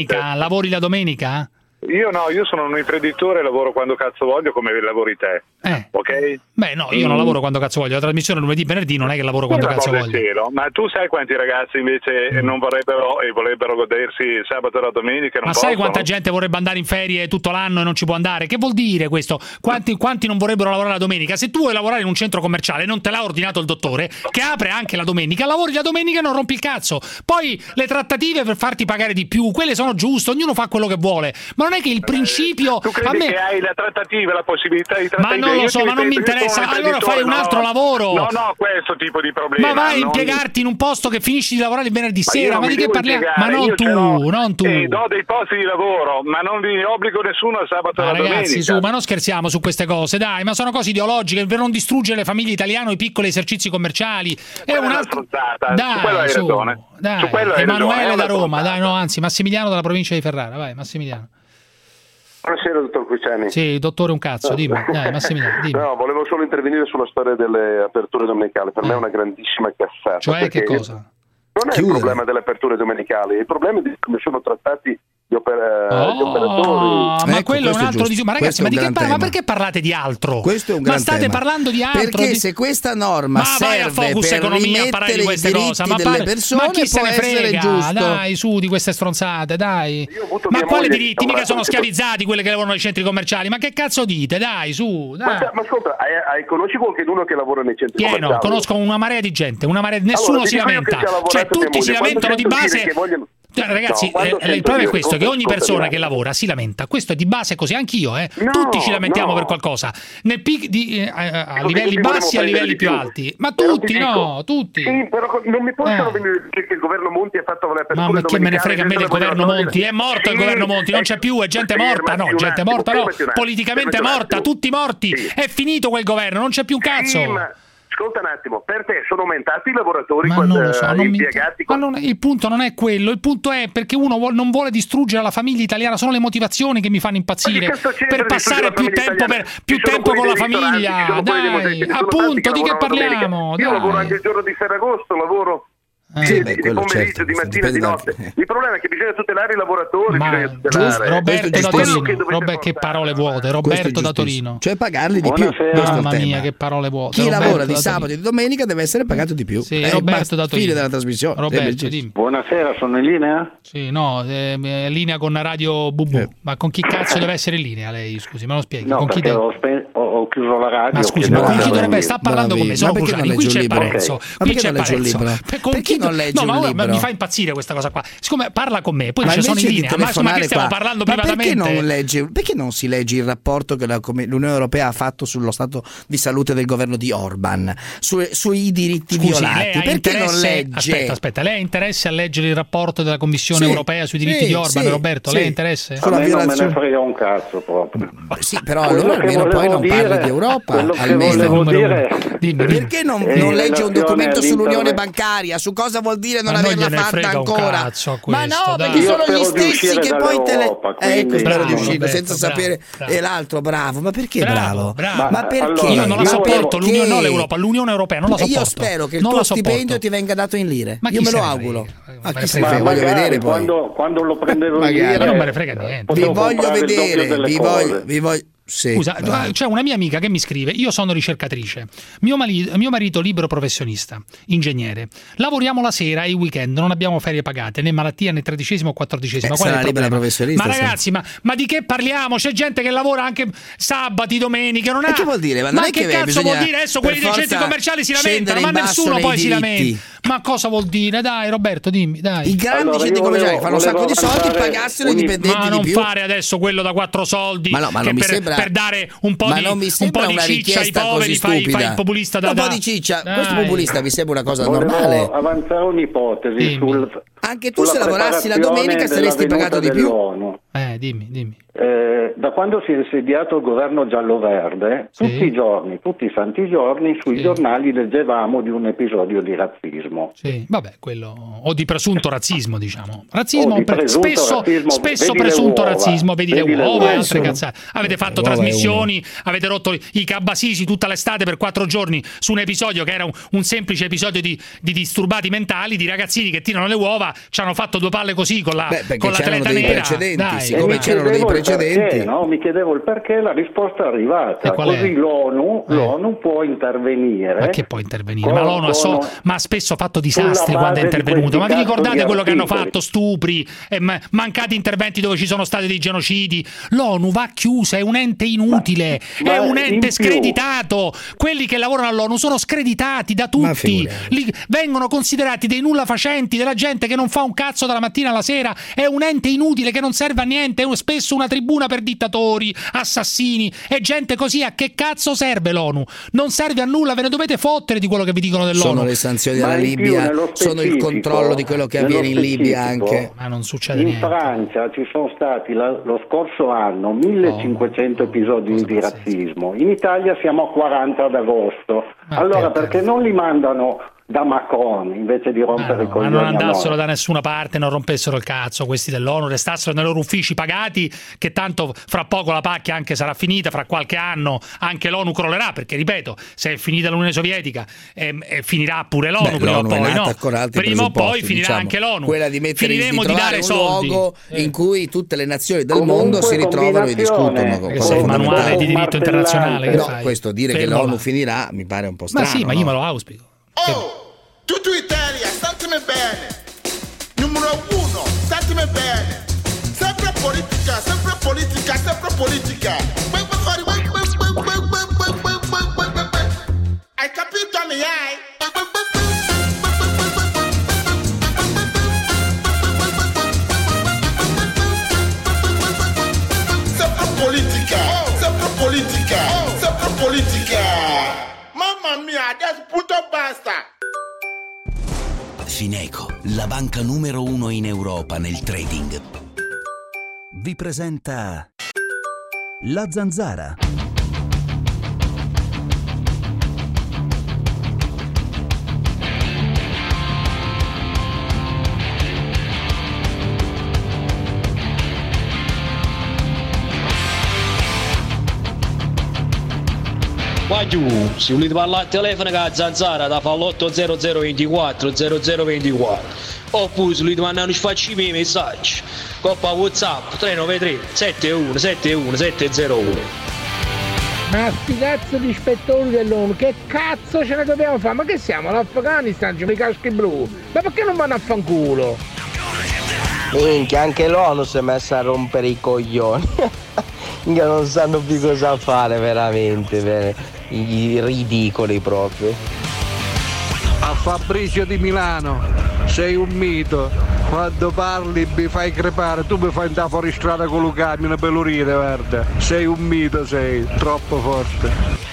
la domenica? Io no, io sono un imprenditore, lavoro quando cazzo voglio, come lavori te. Ok? Beh, no, io non lavoro quando cazzo voglio. La trasmissione lunedì, venerdì non è che lavoro quando cazzo voglio. Cielo. Ma tu sai quanti ragazzi invece non vorrebbero godersi il sabato e la domenica? Ma sai quanta gente vorrebbe andare in ferie tutto l'anno e non ci può andare? Che vuol dire questo? Quanti non vorrebbero lavorare la domenica? Se tu vuoi lavorare in un centro commerciale, non te l'ha ordinato il dottore, che apre anche la domenica, lavori la domenica e non rompi il cazzo. Poi le trattative per farti pagare di più, quelle sono giuste, ognuno fa quello che vuole. Ma non è che il principio. Tu credi che hai la trattativa, la possibilità di trattare? Ma non lo so, ma non mi interessa. Allora fai un altro lavoro. No, questo tipo di problema. Ma vai a impiegarti in un posto che finisci di lavorare il venerdì sera. Ma di che parliamo? Ma non tu. Do dei posti di lavoro, ma non vi obbligo nessuno al sabato e la domenica. Ragazzi, ma non scherziamo su queste cose, dai. Ma sono cose ideologiche per non distruggere le famiglie italiane o i piccoli esercizi commerciali. È un'altra stronzata. Su quello hai ragione. Dai, Emanuele da Roma, dai, no, anzi Massimiliano dalla provincia di Ferrara. Vai, Massimiliano. Buonasera, dottor Cruciani. Sì, dottore un cazzo, dimmi. Dai, Massimiliano, dimmi. No, volevo solo intervenire sulla storia delle aperture domenicali. Per me è una grandissima cazzata. Cioè, che cosa? Non è il problema delle aperture domenicali, il problema è di come sono trattati gli operatori. Ma quello è un altro discorso. Ma ragazzi, ma perché parlate di altro? Questo è un gran state tema. parlando di altro? Perché se questa norma serve Focus per Economia a parlare di queste cose, delle persone, ma chi se ne frega? Giusto. Dai, su di queste stronzate, dai. Ma quali diritti? Mica sono schiavizzati quelle che lavorano nei centri commerciali. Ma che cazzo dite? Dai, su. Dai. Ma ascolta, conosci qualcuno che lavora nei centri commerciali? Conosco una marea di gente, nessuno si lamenta. Cioè tutti si lamentano di base. Ragazzi, il problema è questo, che ogni persona che lavora si lamenta. Questo è di base così, anch'io, tutti ci lamentiamo per qualcosa, a livelli bassi e a livelli più alti. Ma tutti, tutti. Sì, però non mi possono venire che il governo Monti ha fatto l'apertura. Ma che me ne frega a me del governo Monti? È morto il governo Monti, non c'è più, è gente morta. No, gente morta no, politicamente morta, tutti morti. È finito quel governo, non c'è più un cazzo. Ascolta un attimo, per te sono aumentati i lavoratori impiegati? Il punto non è quello, il punto è perché uno non vuole distruggere la famiglia italiana, sono le motivazioni che mi fanno impazzire, per passare più tempo con la famiglia. Dai, appunto, di che parliamo? Io lavoro anche il giorno di Ferragosto, lavoro di pomeriggio, certo, di mattina, di notte. Il problema è che bisogna tutelare i lavoratori. Roberto da Torino, che parole vuote. Roberto da Torino, cioè pagarli di più. Mamma mia, che parole vuote. Chi lavora di sabato e di domenica deve essere pagato di più. Sì, Roberto da Torino. Fine della trasmissione. Roberto, dimmi. Buonasera, sono in linea? Sì, no, in linea con Radio Bubu. Ma con chi cazzo deve essere in linea lei? Scusi, me lo spieghi? No, con chi ho chiuso la radio. Ma scusi, ma con chi dovrebbe sta parlando con me? Sono Cruciani, qui c'è Parenzo. Qui c'è Parenzo. Con chi non leggi un libro? Ma mi fa impazzire questa cosa qua. Siccome parla con me, poi dice sono in linea. Ma che stiamo parlando privatamente? Perché non si legge il rapporto che l'Unione Europea ha fatto sullo stato di salute del governo di Orban, sui diritti violati? Perché non legge? Aspetta, lei ha interesse a leggere il rapporto della Commissione Europea sui diritti di Orban, Roberto? Lei ha interesse? A me non me ne frega un cazzo proprio. Sì, però allora almeno poi non parli di Europa. Perché non legge un documento sull'unione bancaria? Su cosa vuol dire non averla fatta ancora? Ma no, perché sono gli stessi che poi spero di uscire senza sapere. E l'altro bravo, ma perché bravo? Ma perché? Io non la sopporto, l'Unione Europea non la sopporto. Io spero che il tuo stipendio ti venga dato in lire. Io me lo auguro. Ma chi se ne frega, voglio vedere poi. Quando lo prendevo in lire, non me ne frega niente. Vi voglio vedere, vi voglio. Sì, scusa, c'è una mia amica che mi scrive: io sono ricercatrice, mio marito libero professionista, ingegnere, lavoriamo la sera e i weekend, non abbiamo ferie pagate, né malattia né 13ª o 14ª. Qual è il problema? Ma ragazzi, ma di che parliamo? C'è gente che lavora anche sabati, domeniche, non ha. Che vuol dire? Ma che cazzo vuol dire? Adesso quelli dei centri commerciali si lamentano, ma nessuno poi si lamenta. Ma cosa vuol dire? Dai, Roberto, dimmi, dai. I grandi centri commerciali fanno un sacco di soldi, pagassero i dipendenti di più. Ma non fare adesso quello da 4 soldi per dare un po' di ciccia ai poveri, fai il populista un po' di ciccia. Questo populista mi sembra una cosa normale. Avanzare un'ipotesi anche tu se lavorassi la domenica saresti pagato di più. Dimmi. Da quando si è insediato il governo giallo-verde, tutti i santi giorni sui giornali leggevamo di un episodio di razzismo. Sì, vabbè, quello o di presunto razzismo, diciamo. Razzismo, spesso presunto razzismo, vedi le uova e altre cazzate. Avete fatto trasmissioni, avete rotto i cabasisi tutta l'estate per 4 giorni su un episodio che era un semplice episodio di disturbati mentali, di ragazzini che tirano le uova, ci hanno fatto 2 palle così con l'atleta nera. Siccome c'erano dei precedenti. Mi chiedevo il perché, la risposta è arrivata. Così l'ONU può intervenire. Ma che può intervenire? Ma l'ONU ha spesso fatto disastri quando è intervenuto. Ma vi ricordate quello che hanno fatto? Stupri, mancati interventi dove ci sono stati dei genocidi. L'ONU va chiusa, è un ente inutile, è un ente screditato. Quelli che lavorano all'ONU sono screditati da tutti. Vengono considerati dei nulla facenti, della gente che non fa un cazzo dalla mattina alla sera. È un ente inutile che non serve a niente, è spesso una tribuna per dittatori, assassini e gente così. A che cazzo serve l'ONU? Non serve a nulla, ve ne dovete fottere di quello che vi dicono dell'ONU. Sono le sanzioni alla Libia, sono il controllo di quello che avviene in Libia anche. Ma non succede niente. In Francia ci sono stati lo scorso anno 1500 episodi di razzismo, in Italia siamo a 40 ad agosto. Allora perché non li mandano da Macron invece di rompere i coglioni. Ma non andassero da nessuna parte, non rompessero il cazzo questi dell'ONU, restassero nei loro uffici pagati, che tanto fra poco la pacchia anche sarà finita, fra qualche anno anche l'ONU crollerà, perché ripeto, se è finita l'Unione Sovietica finirà pure l'ONU prima o poi, no? Prima o poi finirà anche l'ONU. Quella di mettere Finiremo di dare un soldi luogo in cui tutte le nazioni del mondo si ritrovano e discutono. Sei il manuale di diritto internazionale, che fai? Questo dire che l'ONU finirà mi pare un po' strano. Ma sì, ma io me lo auspico. Tutto Italia, statemi bene. Numero 1, statemi bene. Sempre politica, sempre politica, sempre politica. Hai capito, mi hai? Sempre politica, sempre politica, sempre politica. Mamma mia, adesso punto basta. Fineco, la banca numero 1 in Europa nel trading, vi presenta La Zanzara. Qua giù, se volete parlare al telefono con la Zanzara da fa l'80024 0024, oppure se volete mandare un sfacci miei messaggi, coppa WhatsApp 393 71 71 701. Ma sti cazzo di ispettori dell'ONU, che cazzo ce ne dobbiamo fare? Ma che siamo? L'Afghanistan, ci i caschi blu? Ma perché non vanno a fanculo? Minchia, anche l'ONU si è messa a rompere i coglioni. Minchia, non sanno più cosa fare veramente, i ridicoli proprio. A Fabrizio di Milano, sei un mito. Quando parli mi fai crepare, tu mi fai andare fuori strada con il camion per l'urine, guarda. Sei un mito, sei troppo forte.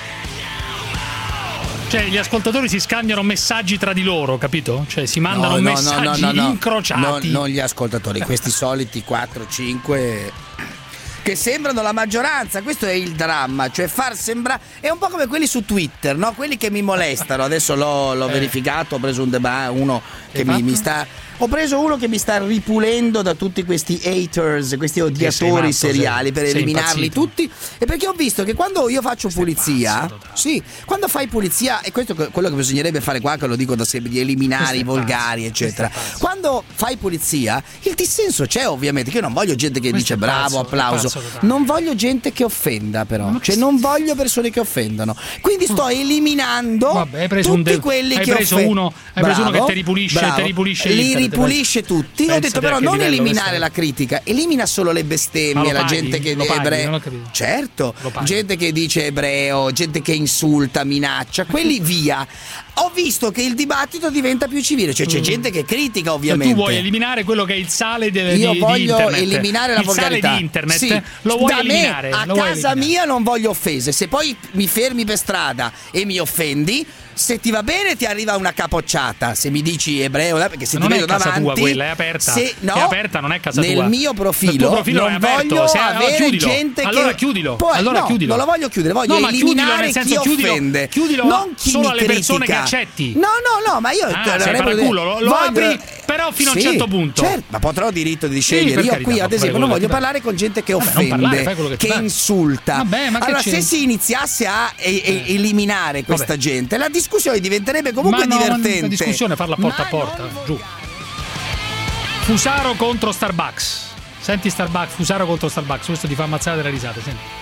Cioè, gli ascoltatori si scambiano messaggi tra di loro, capito? Cioè, si mandano messaggi incrociati. Non gli ascoltatori, questi soliti 4-5 che sembrano la maggioranza. Questo è il dramma, cioè far sembrare, è un po' come quelli su Twitter, no? Quelli che mi molestano. Adesso l'ho verificato, ho preso uno che mi sta. Ho preso uno che mi sta ripulendo da tutti questi haters, questi odiatori seriali, per eliminarli tutti. E perché ho visto che quando io faccio pulizia, quando fai pulizia, e questo è quello che bisognerebbe fare qua, che lo dico da sempre, di eliminare i volgari, eccetera. Quando fai pulizia, il dissenso c'è, ovviamente, che io non voglio gente che dice bravo, applauso. Non voglio gente che offenda, però. Cioè, non voglio persone che offendano. Quindi sto eliminando tutti quelli che offendono. Hai preso uno che te ripulisce li ripulisce tutti. Ho detto però non eliminare la critica, elimina solo le bestemmie, la gente che è ebreo, certo, gente che dice ebreo, gente che insulta, minaccia, quelli via. Ho visto che il dibattito diventa più civile, cioè c'è gente che critica, ovviamente. Tu vuoi eliminare quello che è il sale di Io voglio internet. eliminare la volgarità. Il sale di internet lo vuoi eliminare. A casa mia non voglio offese. Se poi mi fermi per strada e mi offendi, se ti va bene ti arriva una capocciata. Se mi dici ebreo, perché se ti vedo davanti, non è casa tua quella, è aperta. È aperta, non è casa tua. Nel mio profilo non voglio avere gente allora che chiudilo. Non lo voglio chiudere, voglio eliminare chi offende. Chiudilo non chi solo mi alle persone che critica. accetti. No, ma io sei paraculo, lo apri però fino a un certo punto. Certo, ma potrò ho diritto di scegliere. Io qui ad esempio non voglio parlare con gente che offende, che insulta. Allora se si iniziasse a eliminare questa gente, la discussione diventerebbe comunque divertente. La discussione farla porta a porta, giù. Fusaro contro Starbucks. Senti Starbucks, Fusaro contro Starbucks, questo ti fa ammazzare delle risate, senti.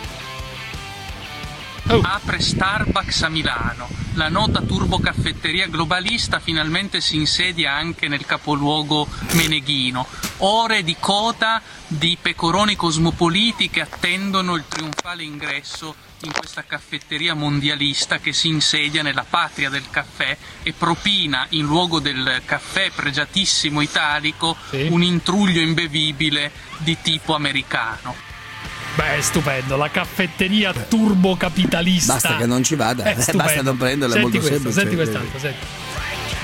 Apre Starbucks a Milano. La nota turbocaffetteria globalista finalmente si insedia anche nel capoluogo meneghino. Ore di coda di pecoroni cosmopoliti che attendono il trionfale ingresso in questa caffetteria mondialista che si insedia nella patria del caffè e propina in luogo del caffè pregiatissimo italico un intruglio imbevibile di tipo americano. Beh, è stupendo, la caffetteria turbocapitalista. Basta che non ci vada, basta non prenderla, è molto semplice. Senti quest'altro, senti.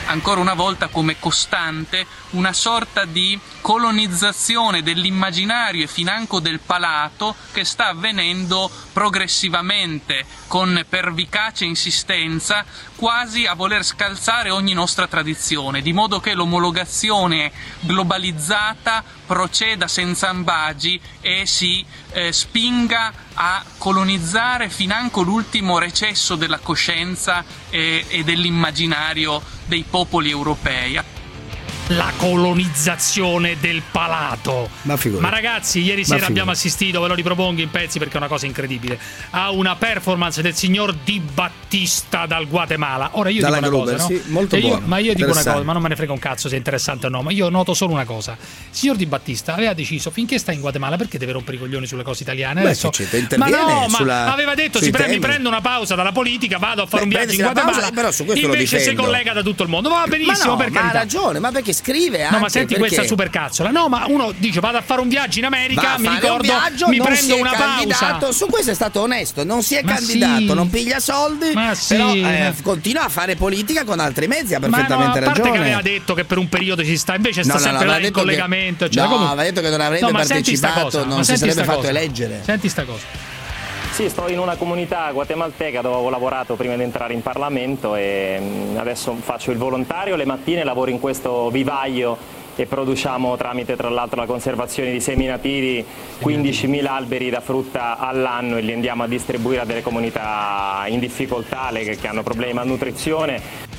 ancora una volta come costante una sorta di colonizzazione dell'immaginario e financo del palato che sta avvenendo progressivamente con pervicace insistenza, quasi a voler scalzare ogni nostra tradizione, di modo che l'omologazione globalizzata proceda senza ambagi e si spinga a colonizzare financo l'ultimo recesso della coscienza e dell'immaginario dei popoli europei. La colonizzazione del palato. Ma ragazzi, ieri sera abbiamo assistito, ve lo ripropongo in pezzi perché è una cosa incredibile, a una performance del signor Di Battista dal Guatemala. Ora io dico una cosa, no? Sì, molto buono, ma io dico una cosa, ma non me ne frega un cazzo se è interessante o no, ma io noto solo una cosa. Il signor Di Battista aveva deciso, finché sta in Guatemala, perché deve rompere i coglioni sulle cose italiane? Adesso, ma no, ma aveva detto mi prendo una pausa dalla politica, vado a fare un viaggio in Guatemala, però su questo invece si collega da tutto il mondo. Va benissimo, per carità. Ha ragione, ma perché scrive anche. No, ma senti questa supercazzola. No, ma uno dice vado a fare un viaggio in America, mi ricordo, mi prendo una pausa. Su questo è stato onesto, non si è candidato, non piglia soldi, però continua a fare politica con altri mezzi, ha perfettamente ragione. A parte che aveva detto che per un periodo ci sta, invece sta sempre là in collegamento. Aveva detto che non avrebbe partecipato, non si sarebbe fatto eleggere. Senti sta cosa. Sì, sto in una comunità guatemalteca dove ho lavorato prima di entrare in Parlamento e adesso faccio il volontario le mattine, lavoro in questo vivaio e produciamo tramite tra l'altro la conservazione di semi nativi 15.000 alberi da frutta all'anno e li andiamo a distribuire a delle comunità in difficoltà che hanno problemi di malnutrizione.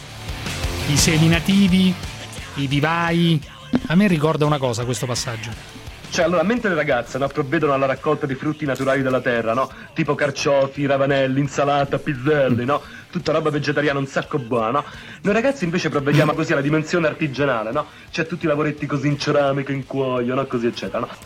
I semi nativi, i vivai, a me ricorda una cosa questo passaggio. Cioè, allora, mentre le ragazze provvedono alla raccolta di frutti naturali della terra, no? Tipo carciofi, ravanelli, insalata, piselli, no? Tutta roba vegetariana un sacco buona. Noi ragazzi invece provvediamo così alla dimensione artigianale, no? C'è tutti i lavoretti così in ceramica, in cuoio, no? Così eccetera, no?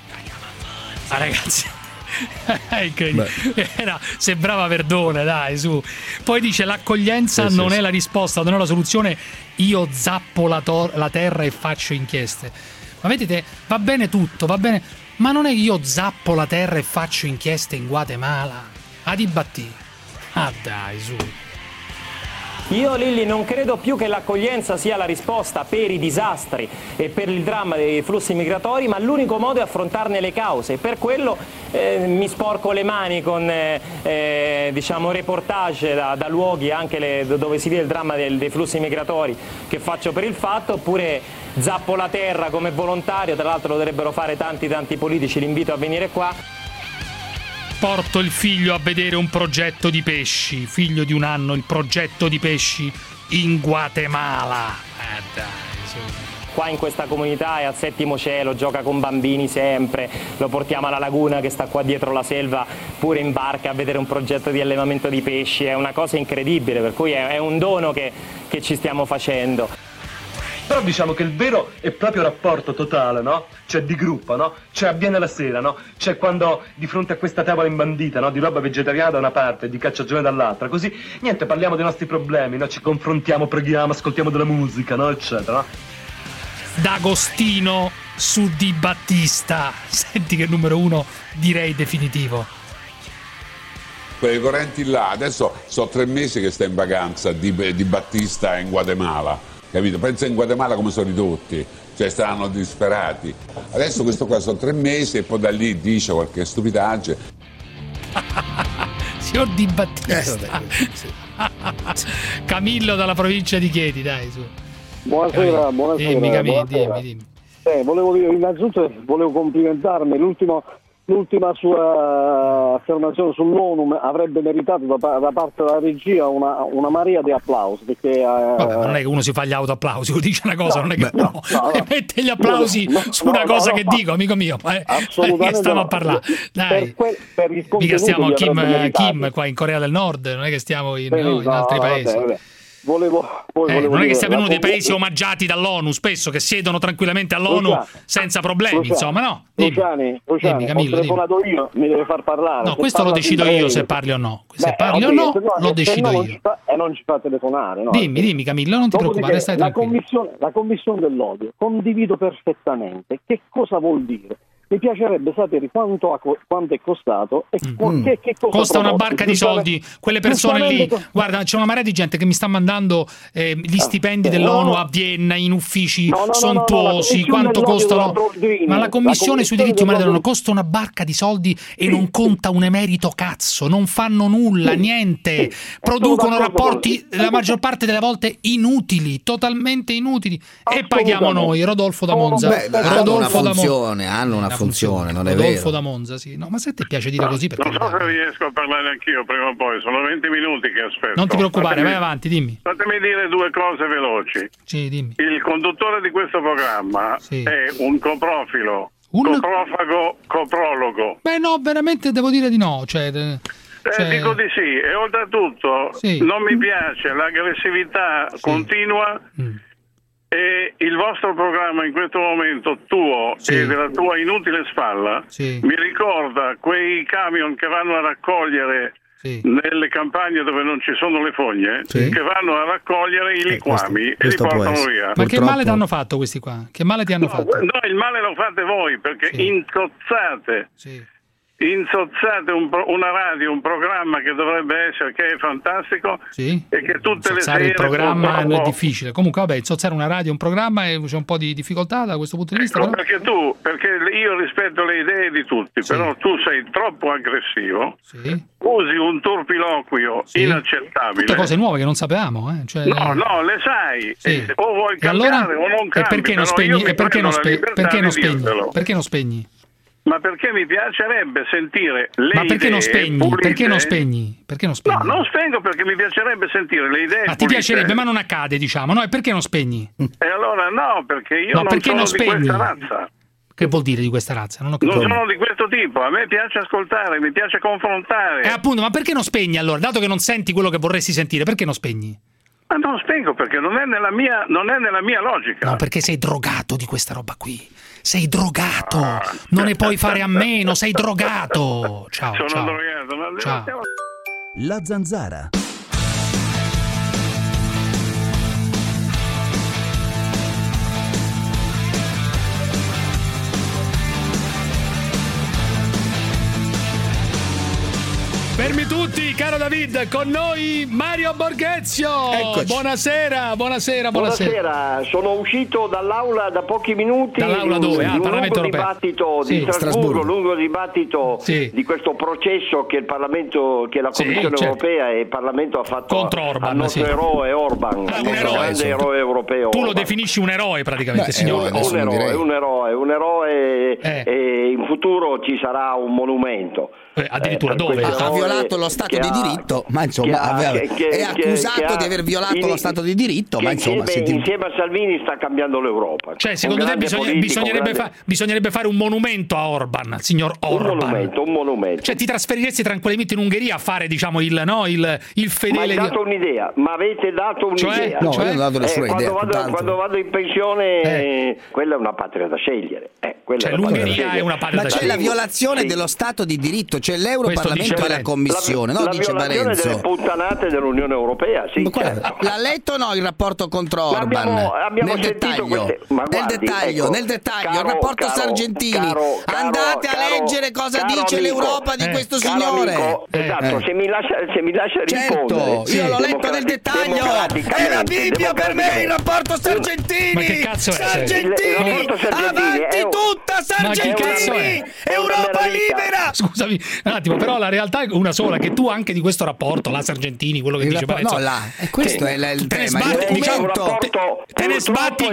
Ah, ragazzi, è incredibile. Sembrava Verdone, dai, su. Poi dice l'accoglienza non è la risposta, non è la soluzione. Io zappo la terra e faccio inchieste. Ma vedete, va bene tutto, va bene, ma non è che io zappo la terra e faccio inchieste in Guatemala. A Di Battista. Ah dai, su. Io, Lilli, non credo più che l'accoglienza sia la risposta per i disastri e per il dramma dei flussi migratori, ma l'unico modo è affrontarne le cause. Per quello mi sporco le mani con diciamo reportage da luoghi anche dove si vive il dramma dei flussi migratori che faccio per il Fatto, oppure zappo la terra come volontario, tra l'altro lo dovrebbero fare tanti politici, li invito a venire qua. Porto il figlio a vedere un progetto di pesci, figlio di 1 anno, il progetto di pesci in Guatemala. Dai, su. Qua in questa comunità è al 7° cielo, gioca con bambini sempre, lo portiamo alla laguna che sta qua dietro la selva, pure in barca a vedere un progetto di allevamento di pesci, è una cosa incredibile, per cui è un dono che ci stiamo facendo. Però diciamo che il vero e proprio rapporto totale, no? Cioè di gruppo, no? Cioè avviene la sera, no? Cioè quando di fronte a questa tavola imbandita, no? Di roba vegetariana da una parte e di cacciagione dall'altra, così, niente, parliamo dei nostri problemi, no? Ci confrontiamo, preghiamo, ascoltiamo della musica, no? Eccetera, no? D'Agostino su Di Battista. Senti che numero 1 direi definitivo. Quei correnti là, adesso sono 3 mesi che sta in vacanza Di Battista in Guatemala. Capito? Pensa in Guatemala come sono ridotti, cioè stanno disperati. Adesso questo qua sono 3 mesi e poi da lì dice qualche stupidaggine. Signor Di Battista. Camillo dalla provincia di Chieti, dai, su. Buonasera. Dimmi. Volevo dire, innanzitutto volevo complimentarmi, l'ultima sua affermazione sull'ONU avrebbe meritato da parte della regia una marea di applausi, perché vabbè, ma non è che uno si fa gli autoapplausi, dice una cosa, non è che uno mette gli applausi su una cosa che dico, amico mio, assolutamente stiamo a parlare, dai, mica stiamo a Kim qua in Corea del Nord, non è che stiamo in altri paesi. Vabbè. Non è che siamo uno dei paesi omaggiati dall'ONU spesso, che siedono tranquillamente all'ONU senza problemi, insomma, no? Luciani, Camillo, ho telefonato io, mi deve far parlare. No, questo lo decido io se parli o no. Se parli o no, lo decido io. E non ci fa telefonare, no? Dimmi Camillo, non ti preoccupare, stai tranquillo. La commissione dell'odio, condivido perfettamente. Che cosa vuol dire? mi piacerebbe sapere quanto è costato e che cosa costa una barca di soldi. Quelle persone lì, guarda, c'è una marea di gente che mi sta mandando gli stipendi dell'ONU a Vienna in uffici sontuosi, quanto costano, ma la commissione sui diritti umani dell'ONU costa una barca di soldi e non conta un emerito cazzo, non fanno nulla, niente, producono rapporti la maggior parte delle volte inutili, totalmente inutili, e paghiamo noi. Rodolfo da Monza. Hanno una funzione, non è vero? Rodolfo da Monza, sì. No, ma se ti piace dire così, perché non so se riesco a parlare anch'io prima o poi, sono 20 minuti che aspetto. Non ti preoccupare, vai avanti, dimmi. Fatemi dire due cose veloci. Sì, dimmi. Il conduttore di questo programma è un coprofilo, coprofago, coprologo. Beh no, veramente devo dire di no, dico di sì, e oltretutto non mi piace l'aggressività continua. E il vostro programma in questo momento, tuo e della tua inutile spalla, mi ricorda quei camion che vanno a raccogliere nelle campagne dove non ci sono le fogne, che vanno a raccogliere i liquami e li portano via. Ma che male ti hanno fatto questi qua? Che male ti hanno fatto? No, il male lo fate voi, perché insozzate una radio, un programma che dovrebbe essere, che è fantastico, e che tutte le sere il programma è difficile. Comunque vabbè, insozzare una radio, un programma, c'è un po' di difficoltà da questo punto di vista. Perché io rispetto le idee di tutti, però tu sei troppo aggressivo, usi un turpiloquio inaccettabile. Tutte cose nuove che non sapevamo, no, le sai. O vuoi cambiare o non cambi. E perché non spegni? Perché non spegni? Ma perché mi piacerebbe sentire le idee. Ma perché non spegni? Pulite. Perché non spegni? No, non spengo perché mi piacerebbe sentire le idee. Ma ti piacerebbe, ma non accade, diciamo. No, e perché non spegni? E allora no, perché io non sono di questa razza. Che vuol dire di questa razza? Non sono di questo tipo, a me piace ascoltare, mi piace confrontare. Appunto, ma perché non spegni allora? Dato che non senti quello che vorresti sentire, perché non spegni? Ma non spengo perché non è nella mia logica. No, perché sei drogato di questa roba qui. Sei drogato, non ne puoi fare a meno, sei drogato. Ciao. Sono drogato. Ciao. La Zanzara. Fermi tutti, caro David, con noi Mario Borghezio. Eccoci. Buonasera. Buonasera, sono uscito dall'aula da pochi minuti. Dall'aula dove? Al Parlamento Europeo. Dibattito di Strasburgo, lungo dibattito di questo processo che il Parlamento, che la Commissione Europea e il Parlamento ha fatto contro Orban, al nostro eroe Orban, un grande eroe europeo. Tu lo definisci un eroe praticamente, signore. Un eroe e in futuro ci sarà un monumento. Addirittura dove? Ha violato lo Stato di diritto, ma insomma è accusato di aver violato lo Stato di diritto, ma insomma insieme a Salvini sta cambiando l'Europa. Cioè, secondo te bisognerebbe fare un monumento a Orban, al signor Orban? Un monumento. Cioè, ti trasferiresti tranquillamente in Ungheria a fare, diciamo, il fedele. Ma avete dato un'idea. No, io ho dato le sue idee. Quando vado in pensione, quella è una patria da scegliere. L'Ungheria è una patria da scegliere. Ma c'è la violazione dello Stato di diritto. C'è l'Europarlamento e la Commissione, la violazione delle puttanate dell'Unione Europea, sì. L'ha letto o no il rapporto contro Orban? Abbiamo nel dettaglio, il rapporto Sargentini. Andate a leggere cosa dice l'Europa di questo signore. Esatto, se mi lascia rispondere. Io l'ho letto nel dettaglio. È la Bibbia per me il rapporto Sargentini. Ma che cazzo è? Sargentini, avanti tutta Sargentini. Europa libera. Scusami un attimo, però la realtà è una sola, che tu anche di questo rapporto, la Sargentini, quello che dice Parenzo, questo è il tema. Te ne sbatti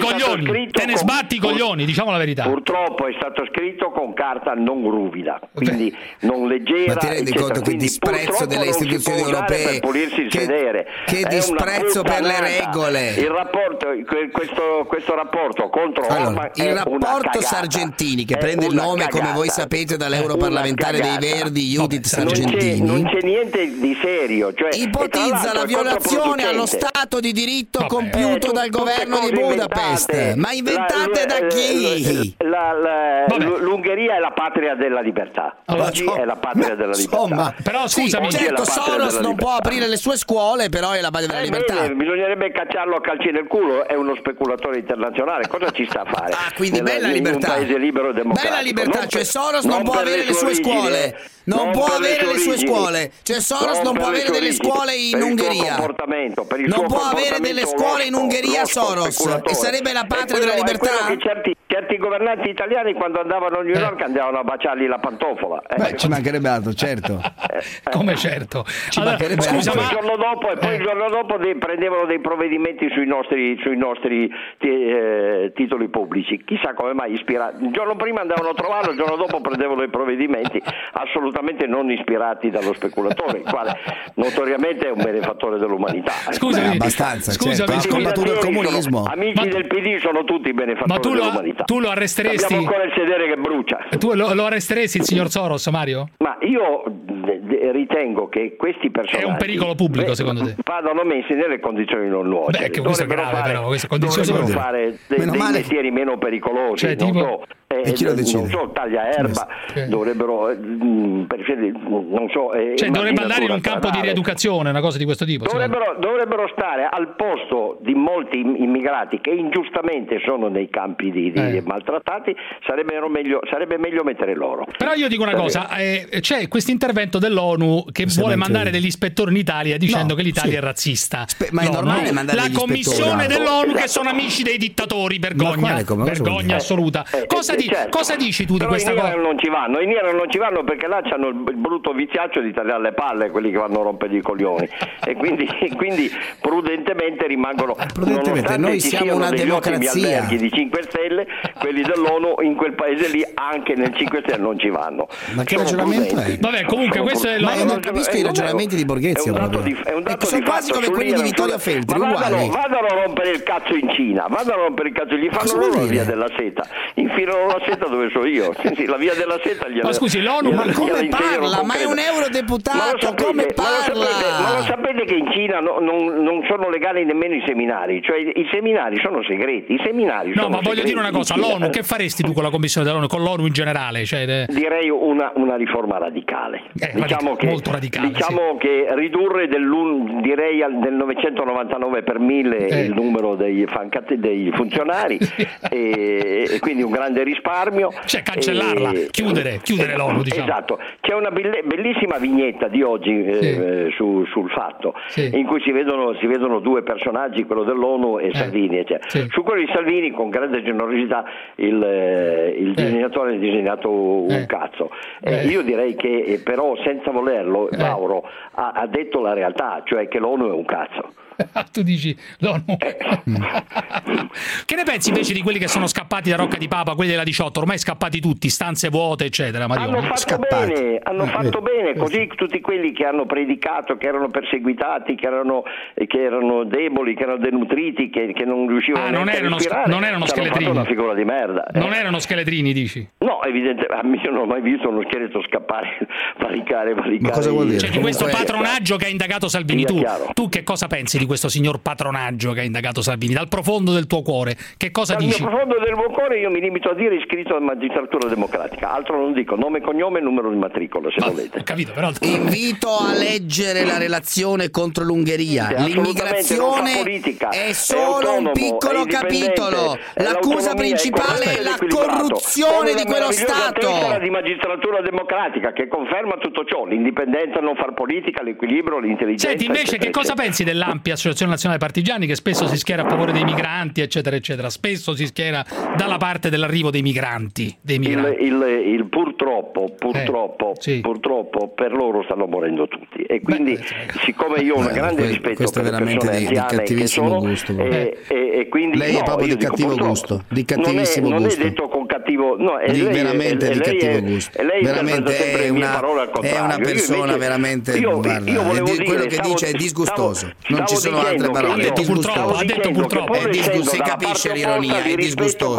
i coglioni, diciamo la verità. Purtroppo è stato scritto con carta non ruvida, quindi non leggera. Ma ti rendi conto che disprezzo delle istituzioni europee, per pulirsi il sedere, che disprezzo per le regole. Il rapporto, questo rapporto contro Orban, il rapporto Sargentini, che prende il nome, come voi sapete, dall'Europarlamentare dei Verdi di Judith Sargentini non c'è niente di serio, cioè, ipotizza la violazione allo Stato di diritto compiuto dal governo di Budapest. Ma inventate da chi? L'Ungheria è la patria della libertà. Oggi è la patria della libertà. Però scusami, certo, Soros non può aprire le sue scuole, però è la patria della libertà. Bisognerebbe cacciarlo a calci nel culo, è uno speculatore internazionale. Cosa ci sta a fare? Quindi bella libertà. In un paese libero e democratico. Bella libertà, cioè Soros non può avere le sue scuole. Non può avere le sue scuole. Cioè Soros non può avere delle scuole in Ungheria. Non può avere delle scuole in Ungheria Soros. E sarebbe la patria della libertà? Certi governanti italiani quando andavano a New York andavano a baciargli la pantofola. Ci mancherebbe altro, certo. Come certo? Scusa, ma il giorno dopo prendevano dei provvedimenti sui nostri titoli pubblici. Chissà come mai ispirati. Il giorno prima andavano a trovarlo, il giorno dopo prendevano dei provvedimenti assolutamente non ispirati dallo speculatore, il quale notoriamente è un benefattore dell'umanità. Scusami, abbastanza. Scusami, ha combattuto il comunismo. Amici del PD sono tutti benefattori dell'umanità. Tu lo arresteresti? Abbiamo ancora il sedere che brucia. Tu lo arresteresti il signor Soros, Mario? Ma io ritengo che questi personaggi è un pericolo pubblico, secondo te? Vadano messi nelle condizioni non nuove. Che questo è grave, però queste condizioni dovrebbero fare dei mestieri meno pericolosi, cioè, tipo... non so, taglia erba, dovrebbero non so, dovrebbe andare in un campo di rieducazione, una cosa di questo tipo. Dovrebbero stare al posto di molti immigrati che ingiustamente sono nei campi di maltrattati, sarebbe meglio mettere loro. Però io dico una cosa, c'è questo intervento dell'ONU che vuole mandare degli ispettori in Italia dicendo che l'Italia è razzista. Ma è normale mandare la commissione dell'ONU che sono amici dei dittatori, vergogna assoluta. Cosa dici tu di questa cosa? In Iran non ci vanno perché là c'hanno il brutto viziaccio di tagliare le palle quelli che vanno a rompere i coglioni e quindi prudentemente rimangono. Noi siamo una democrazia. Gli di 5 Stelle, quelli dell'ONU in quel paese lì anche nel 5 Stelle non ci vanno. Ma che ragionamento è? Vabbè, comunque questo è io non capisco i ragionamenti di Borghezio. Sono quasi come quelli di Vittorio Feltri, uguali. Vadano a rompere il cazzo in Cina, gli fanno loro la via della seta, infilano la seta dove so io. Sì, la via della seta ma scusi, l'ONU ma come parla? Ma è un eurodeputato, come parla? Ma lo sapete che in Cina non sono legali nemmeno i seminari, cioè i seminari sono segreti, ma voglio dire una cosa, l'ONU, che faresti tu con la commissione dell'ONU, con l'ONU in generale? Direi una riforma radicale. Molto radicale. Che ridurre del 999 per 1000 il numero dei funzionari e quindi un grande risparmio. Cioè cancellarla, chiudere l'ONU, diciamo. Esatto. C'è una bellissima vignetta di oggi sul Fatto, in cui si vedono due personaggi, quello dell'ONU e Salvini. Su quello di Salvini, con grande generosità, il disegnatore ha disegnato un cazzo. Io direi che però senza volerlo Mauro ha detto la realtà, cioè che l'ONU è un cazzo. Tu dici l'ONU. Che ne pensi invece di quelli che sono scappati da Rocca di Papa, quelli della 18, ormai scappati tutti, stanze vuote eccetera? Hanno fatto bene, così tutti quelli che hanno predicato, che erano perseguitati, che erano deboli, che erano denutriti, che non riuscivano a respirare, non erano scheletrini, hanno fatto una figura di merda. Non erano scheletrini, dici? No, evidentemente, io non ho mai visto uno scheletro scappare, valicare. Ma cosa vuol dire? Cioè, di questo patronaggio che ha indagato Salvini, tu che cosa pensi di questo signor patronaggio che ha indagato Salvini dal profondo del tuo cuore? Che cosa dici? Dal profondo del mio cuore io mi limito a dire iscritto alla magistratura democratica, altro non dico, nome, cognome e numero di matricola, se volete. Ho capito, però invito a leggere la relazione contro l'Ungheria. L'immigrazione è solo un piccolo capitolo, l'accusa principale è la corruzione di quello Stato. Di magistratura democratica che conferma tutto ciò, l'indipendenza, non far politica, l'equilibrio, l'intelligenza. Senti, invece che cosa pensi dell'ANPI, Associazione Nazionale Partigiani, che spesso si schiera a favore dei migranti eccetera eccetera, spesso si schiera dalla parte dell'arrivo dei migranti. Purtroppo per loro stanno morendo tutti e quindi siccome io ho un grande rispetto per le persone anziane che sono e quindi lei è proprio di cattivo gusto, di cattivissimo gusto. Non è detto con cattivo, no, veramente di cattivo gusto. Lei veramente è una persona veramente, quello che dice è disgustoso, non ci sono altre parole, è disgustoso. Ha detto purtroppo. Si capisce l'ironia, è disgustoso.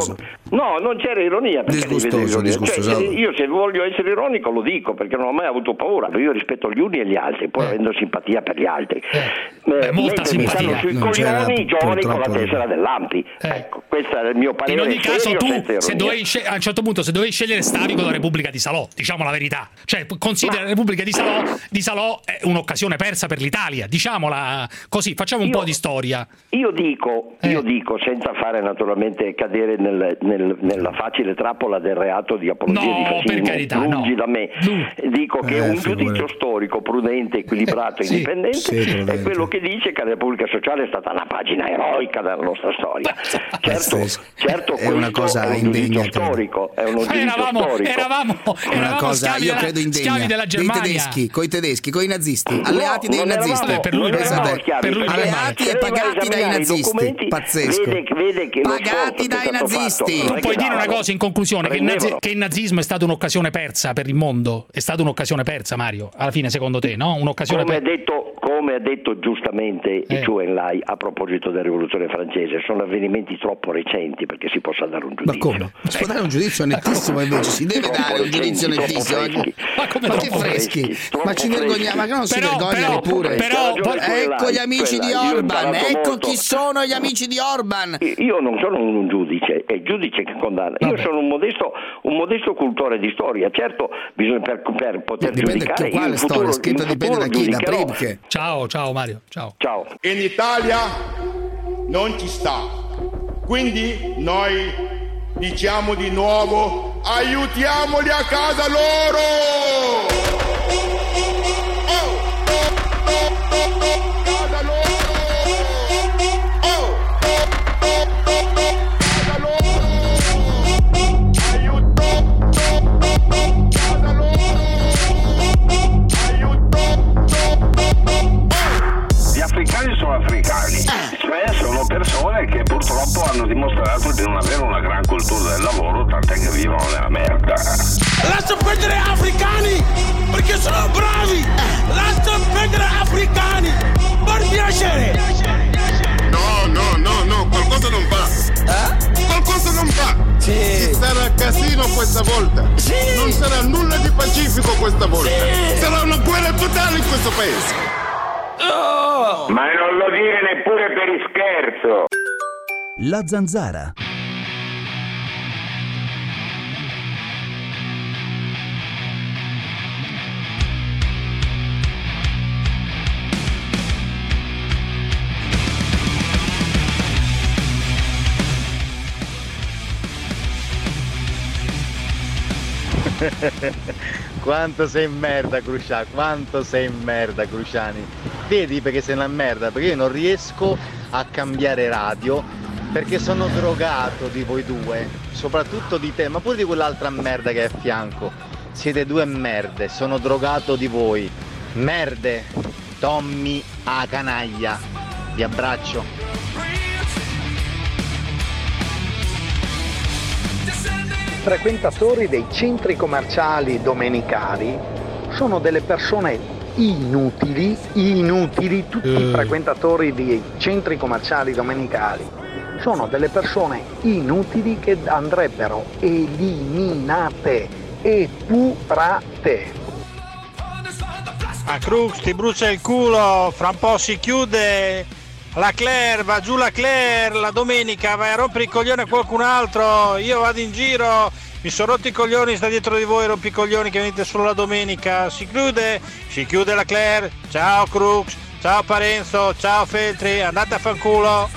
No, non c'era ironia. Disgustoso. Cioè, io se voglio essere ironico lo dico, perché non ho mai avuto paura. Io rispetto gli uni e gli altri, pur avendo simpatia per gli altri. Molta simpatia. Mi stanno sui coglioni i giovani con la tessera dell'ANPI. Ecco, questo è il mio parere. In ogni caso tu, a un certo punto, se dovevi scegliere stavi con la Repubblica di Salò, diciamo la verità. Cioè, considera la Repubblica di Salò è un'occasione persa per l'Italia, diciamola così, facciamo un po' di storia. Io dico, senza fare naturalmente cadere nella facile trappola del reato di apologia di fascismo, per carità, lungi da me, dico che un giudizio storico prudente, equilibrato e indipendente è quello che dice che la Repubblica Sociale è stata una pagina eroica della nostra storia. Certo, è una cosa indegna storico, è uno giudizio storico. Eravamo io credo indegna della Germania. Coi tedeschi, coi nazisti, alleati dei nazisti. Per lui alleati e pagati dai nazisti. Pazzesco. Vede che pagati dai nazisti. Tu puoi dire una cosa in conclusione, che il nazismo è stata un'occasione persa per il mondo? È stata un'occasione persa, Mario, alla fine, secondo te, no? Un'occasione come ha detto giustamente Zhou Enlai a proposito della rivoluzione francese, sono avvenimenti troppo recenti perché si possa dare un giudizio. Ma come? Si può dare un giudizio nettissimo, invece si deve dare un giudizio nettissimo. Ma che freschi? Ma ci vergogniamo, ma non si vergogna neppure. Ecco gli amici di Orban, ecco chi sono gli amici di Orban. Io non sono un giudice, è il giudice che condanna. Io sono un modesto cultore di storia. Certo, bisogna per poter giudicare quale storia, scritto dipende da chi, da Pribke. Ciao Mario, ciao. In Italia non ci sta, quindi noi diciamo di nuovo: aiutiamoli a casa loro! Casa loro! Gli africani sono africani, cioè sono persone che purtroppo hanno dimostrato di non avere una gran cultura del lavoro, tant'è che vivono nella merda. Lascia perdere africani, perché sono bravi! Lascia perdere africani, per piacere! No, qualcosa non va. Qualcosa non va. Sì. Ci sarà casino questa volta. Sì. Non sarà nulla di pacifico questa volta. Sì. Sarà una guerra totale in questo paese. Ma non lo dire neppure per scherzo. La Zanzara. Quanto sei in merda, Cruciani, quanto sei in merda, Cruciani. Vedi perché sei una merda, perché io non riesco a cambiare radio perché sono drogato di voi due, soprattutto di te, ma pure di quell'altra merda che è a fianco. Siete due merde, sono drogato di voi. Merde. Tommy a canaglia. Vi abbraccio. Frequentatori dei centri commerciali domenicali sono delle persone inutili, tutti i frequentatori dei centri commerciali domenicali sono delle persone inutili che andrebbero eliminate, epurate. A Crux ti brucia il culo, fra un po' si chiude. La Claire, va giù la Claire, la domenica vai a rompere i coglioni a qualcun altro, io vado in giro, mi sono rotti i coglioni, sta dietro di voi, rompi i coglioni che venite solo la domenica, si chiude la Claire, ciao Crux, ciao Parenzo, ciao Feltri, andate a fanculo.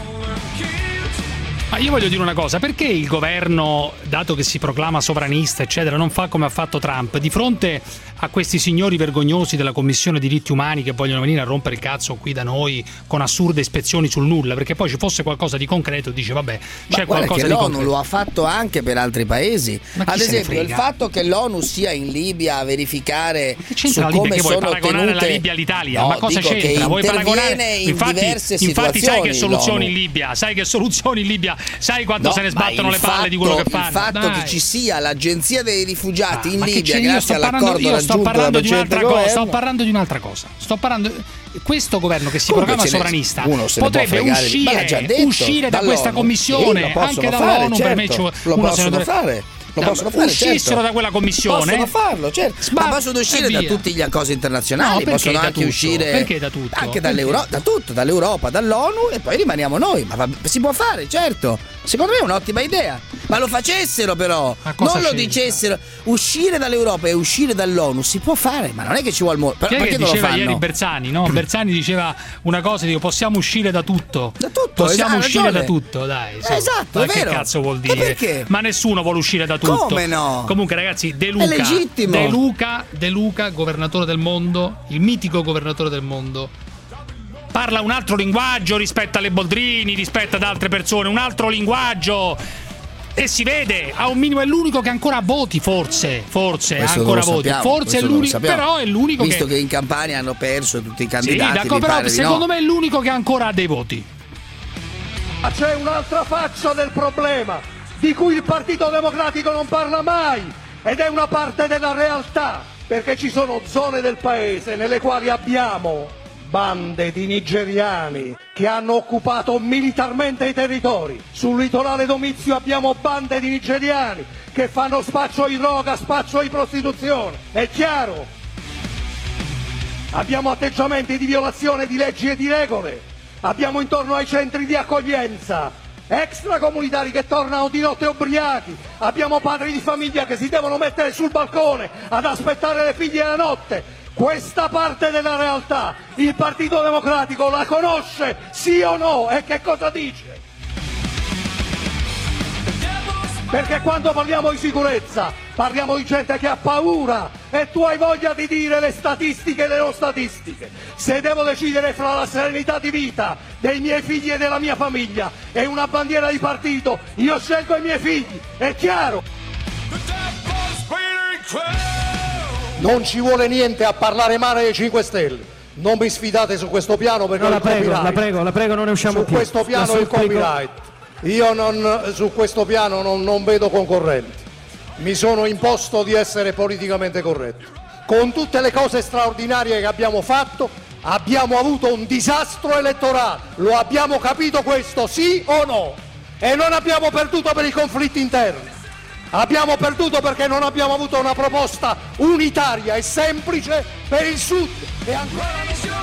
Ma io voglio dire una cosa, perché il governo, dato che si proclama sovranista eccetera, non fa come ha fatto Trump di fronte a questi signori vergognosi della Commissione diritti umani che vogliono venire a rompere il cazzo qui da noi con assurde ispezioni sul nulla, perché poi ci fosse qualcosa di concreto, dice vabbè, c'è qualcosa di concreto. L'ONU lo ha fatto anche per altri paesi, ad esempio il fatto che l'ONU sia in Libia a verificare su come che sono vuoi paragonare la Libia all'Italia? No, ma cosa c'entra? Vuoi paragonare in diverse situazioni? Infatti sai che soluzioni in Libia, sai quanto se ne sbattono le palle di quello che fanno. Il fatto che ci sia l'agenzia dei rifugiati in Libia grazie all'accordo raggiunto sto parlando di un'altra cosa. Sto parlando di un'altra cosa. Questo governo che si proclama sovranista potrebbe uscire da questa commissione, anche dall'ONU. Per me lo possono fare. Uscissero da quella commissione, possono farlo, certo. Ma possono uscire da tutti gli accordi internazionali, possono anche uscire perché da tutto? Anche dall'Europa, dall'ONU, e poi rimaniamo noi. Ma si può fare, certo. Secondo me è un'ottima idea. Ma lo facessero, però non lo dicessero. Uscire dall'Europa e uscire dall'ONU si può fare, ma non è che ci vuole molto. Perché non diceva lo fanno? Ieri Bersani, no? Bersani diceva una cosa, possiamo uscire da tutto. Possiamo uscire da tutto, dai. Esatto, ma è vero. Che cazzo vuol dire? Perché? Ma nessuno vuole uscire da tutto. Come no? Comunque, ragazzi, De Luca, è legittimo. De Luca, governatore del mondo, il mitico governatore del mondo, parla un altro linguaggio rispetto alle Boldrini, rispetto ad altre persone, un altro linguaggio. E si vede, a un minimo è l'unico che ancora voti, forse ha ancora voti. Forse è l'unico, però è l'unico visto che in Campania hanno perso tutti i candidati. Sì, però secondo me è l'unico che ancora ha dei voti. Ma c'è un'altra faccia del problema, di cui il Partito Democratico non parla mai, ed è una parte della realtà, perché ci sono zone del paese nelle quali abbiamo bande di nigeriani che hanno occupato militarmente i territori. Sul litorale Domizio abbiamo bande di nigeriani che fanno spaccio di droga, spaccio di prostituzione. È chiaro? Abbiamo atteggiamenti di violazione di leggi e di regole. Abbiamo intorno ai centri di accoglienza extracomunitari che tornano di notte ubriachi. Abbiamo padri di famiglia che si devono mettere sul balcone ad aspettare le figlie la notte. Questa parte della realtà il Partito Democratico la conosce, sì o no? E che cosa dice? Perché quando parliamo di sicurezza parliamo di gente che ha paura, e tu hai voglia di dire le statistiche e le non statistiche. Se devo decidere fra la serenità di vita dei miei figli e della mia famiglia e una bandiera di partito, io scelgo i miei figli, è chiaro? Non ci vuole niente a parlare male dei 5 Stelle. Non mi sfidate su questo piano perché no, la prego, non ne usciamo più. Su questo piano è il copyright. Io su questo piano non vedo concorrenti. Mi sono imposto di essere politicamente corretto. Con tutte le cose straordinarie che abbiamo fatto, abbiamo avuto un disastro elettorale. Lo abbiamo capito questo, sì o no? E non abbiamo perduto per i conflitti interni. Abbiamo perduto perché non abbiamo avuto una proposta unitaria e semplice per il Sud. E ancora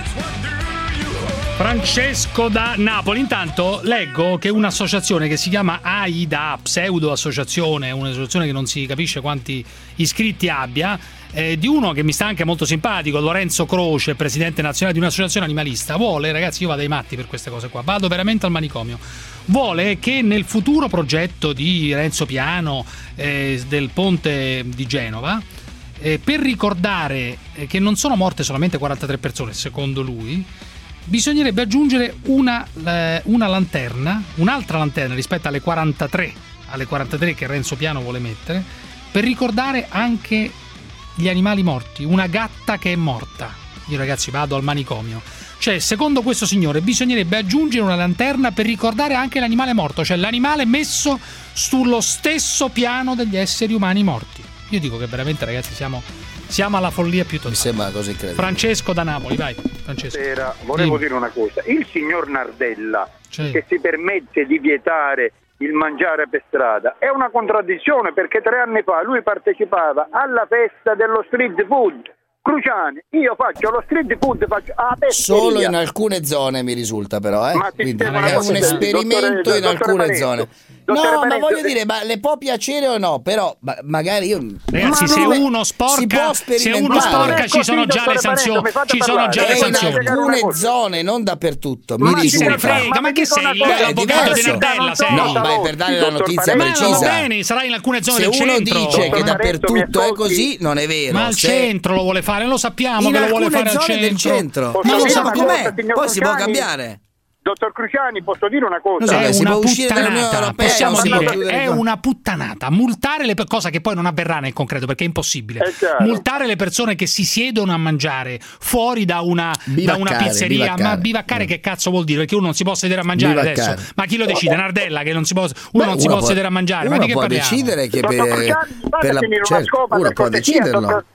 Francesco da Napoli. Intanto leggo che un'associazione che si chiama AIDA, pseudo associazione, un'associazione che non si capisce quanti iscritti abbia, di uno che mi sta anche molto simpatico, Lorenzo Croce, presidente nazionale di un'associazione animalista, vuole, ragazzi, io vado ai matti per queste cose qua, vado veramente al manicomio, vuole che nel futuro progetto di Renzo Piano del ponte di Genova, per ricordare che non sono morte solamente 43 persone, secondo lui, bisognerebbe aggiungere una lanterna, un'altra lanterna rispetto alle 43 che Renzo Piano vuole mettere, per ricordare anche gli animali morti, una gatta che è morta. Io, ragazzi, vado al manicomio. Cioè, secondo questo signore bisognerebbe aggiungere una lanterna per ricordare anche l'animale morto, cioè l'animale messo sullo stesso piano degli esseri umani morti. Io dico che veramente, ragazzi, siamo alla follia più totale. Mi sembra una cosa incredibile. Francesco da Napoli, vai. Francesco. Volevo dire una cosa. Il signor Nardella, che si permette di vietare il mangiare per strada, è una contraddizione, perché 3 anni fa lui partecipava alla festa dello street food. Cruciani, io faccio lo street food, faccio solo in alcune zone, mi risulta, però, quindi è un esperimento in alcune zone. No, ma voglio dire, ma le può piacere o no? Però magari io. Ragazzi, se uno sporca ci sono già le sanzioni. In alcune zone, non dappertutto. Mi risulta. Ma che sei l'avvocato di Nardella? No, ma è per dare la notizia precisa. Va bene, sarà in alcune zone del centro. Se uno dice che dappertutto è così, non è vero. Ma al centro lo vuole fare, lo sappiamo che lo vuole fare al centro. Non lo so com'è, poi si può cambiare. Dottor Cruciani, posso dire una cosa? È una puttanata, possiamo dire, è una puttanata. Multare le cose che poi non avverrà nel concreto, perché è impossibile. Multare le persone che si siedono a mangiare fuori da una pizzeria, ma bivaccare che cazzo vuol dire? Perché uno non si può sedere a mangiare adesso. Ma chi lo decide? Nardella che non si può sedere a mangiare. Ma di che parliamo? Può decidere che uno può deciderlo.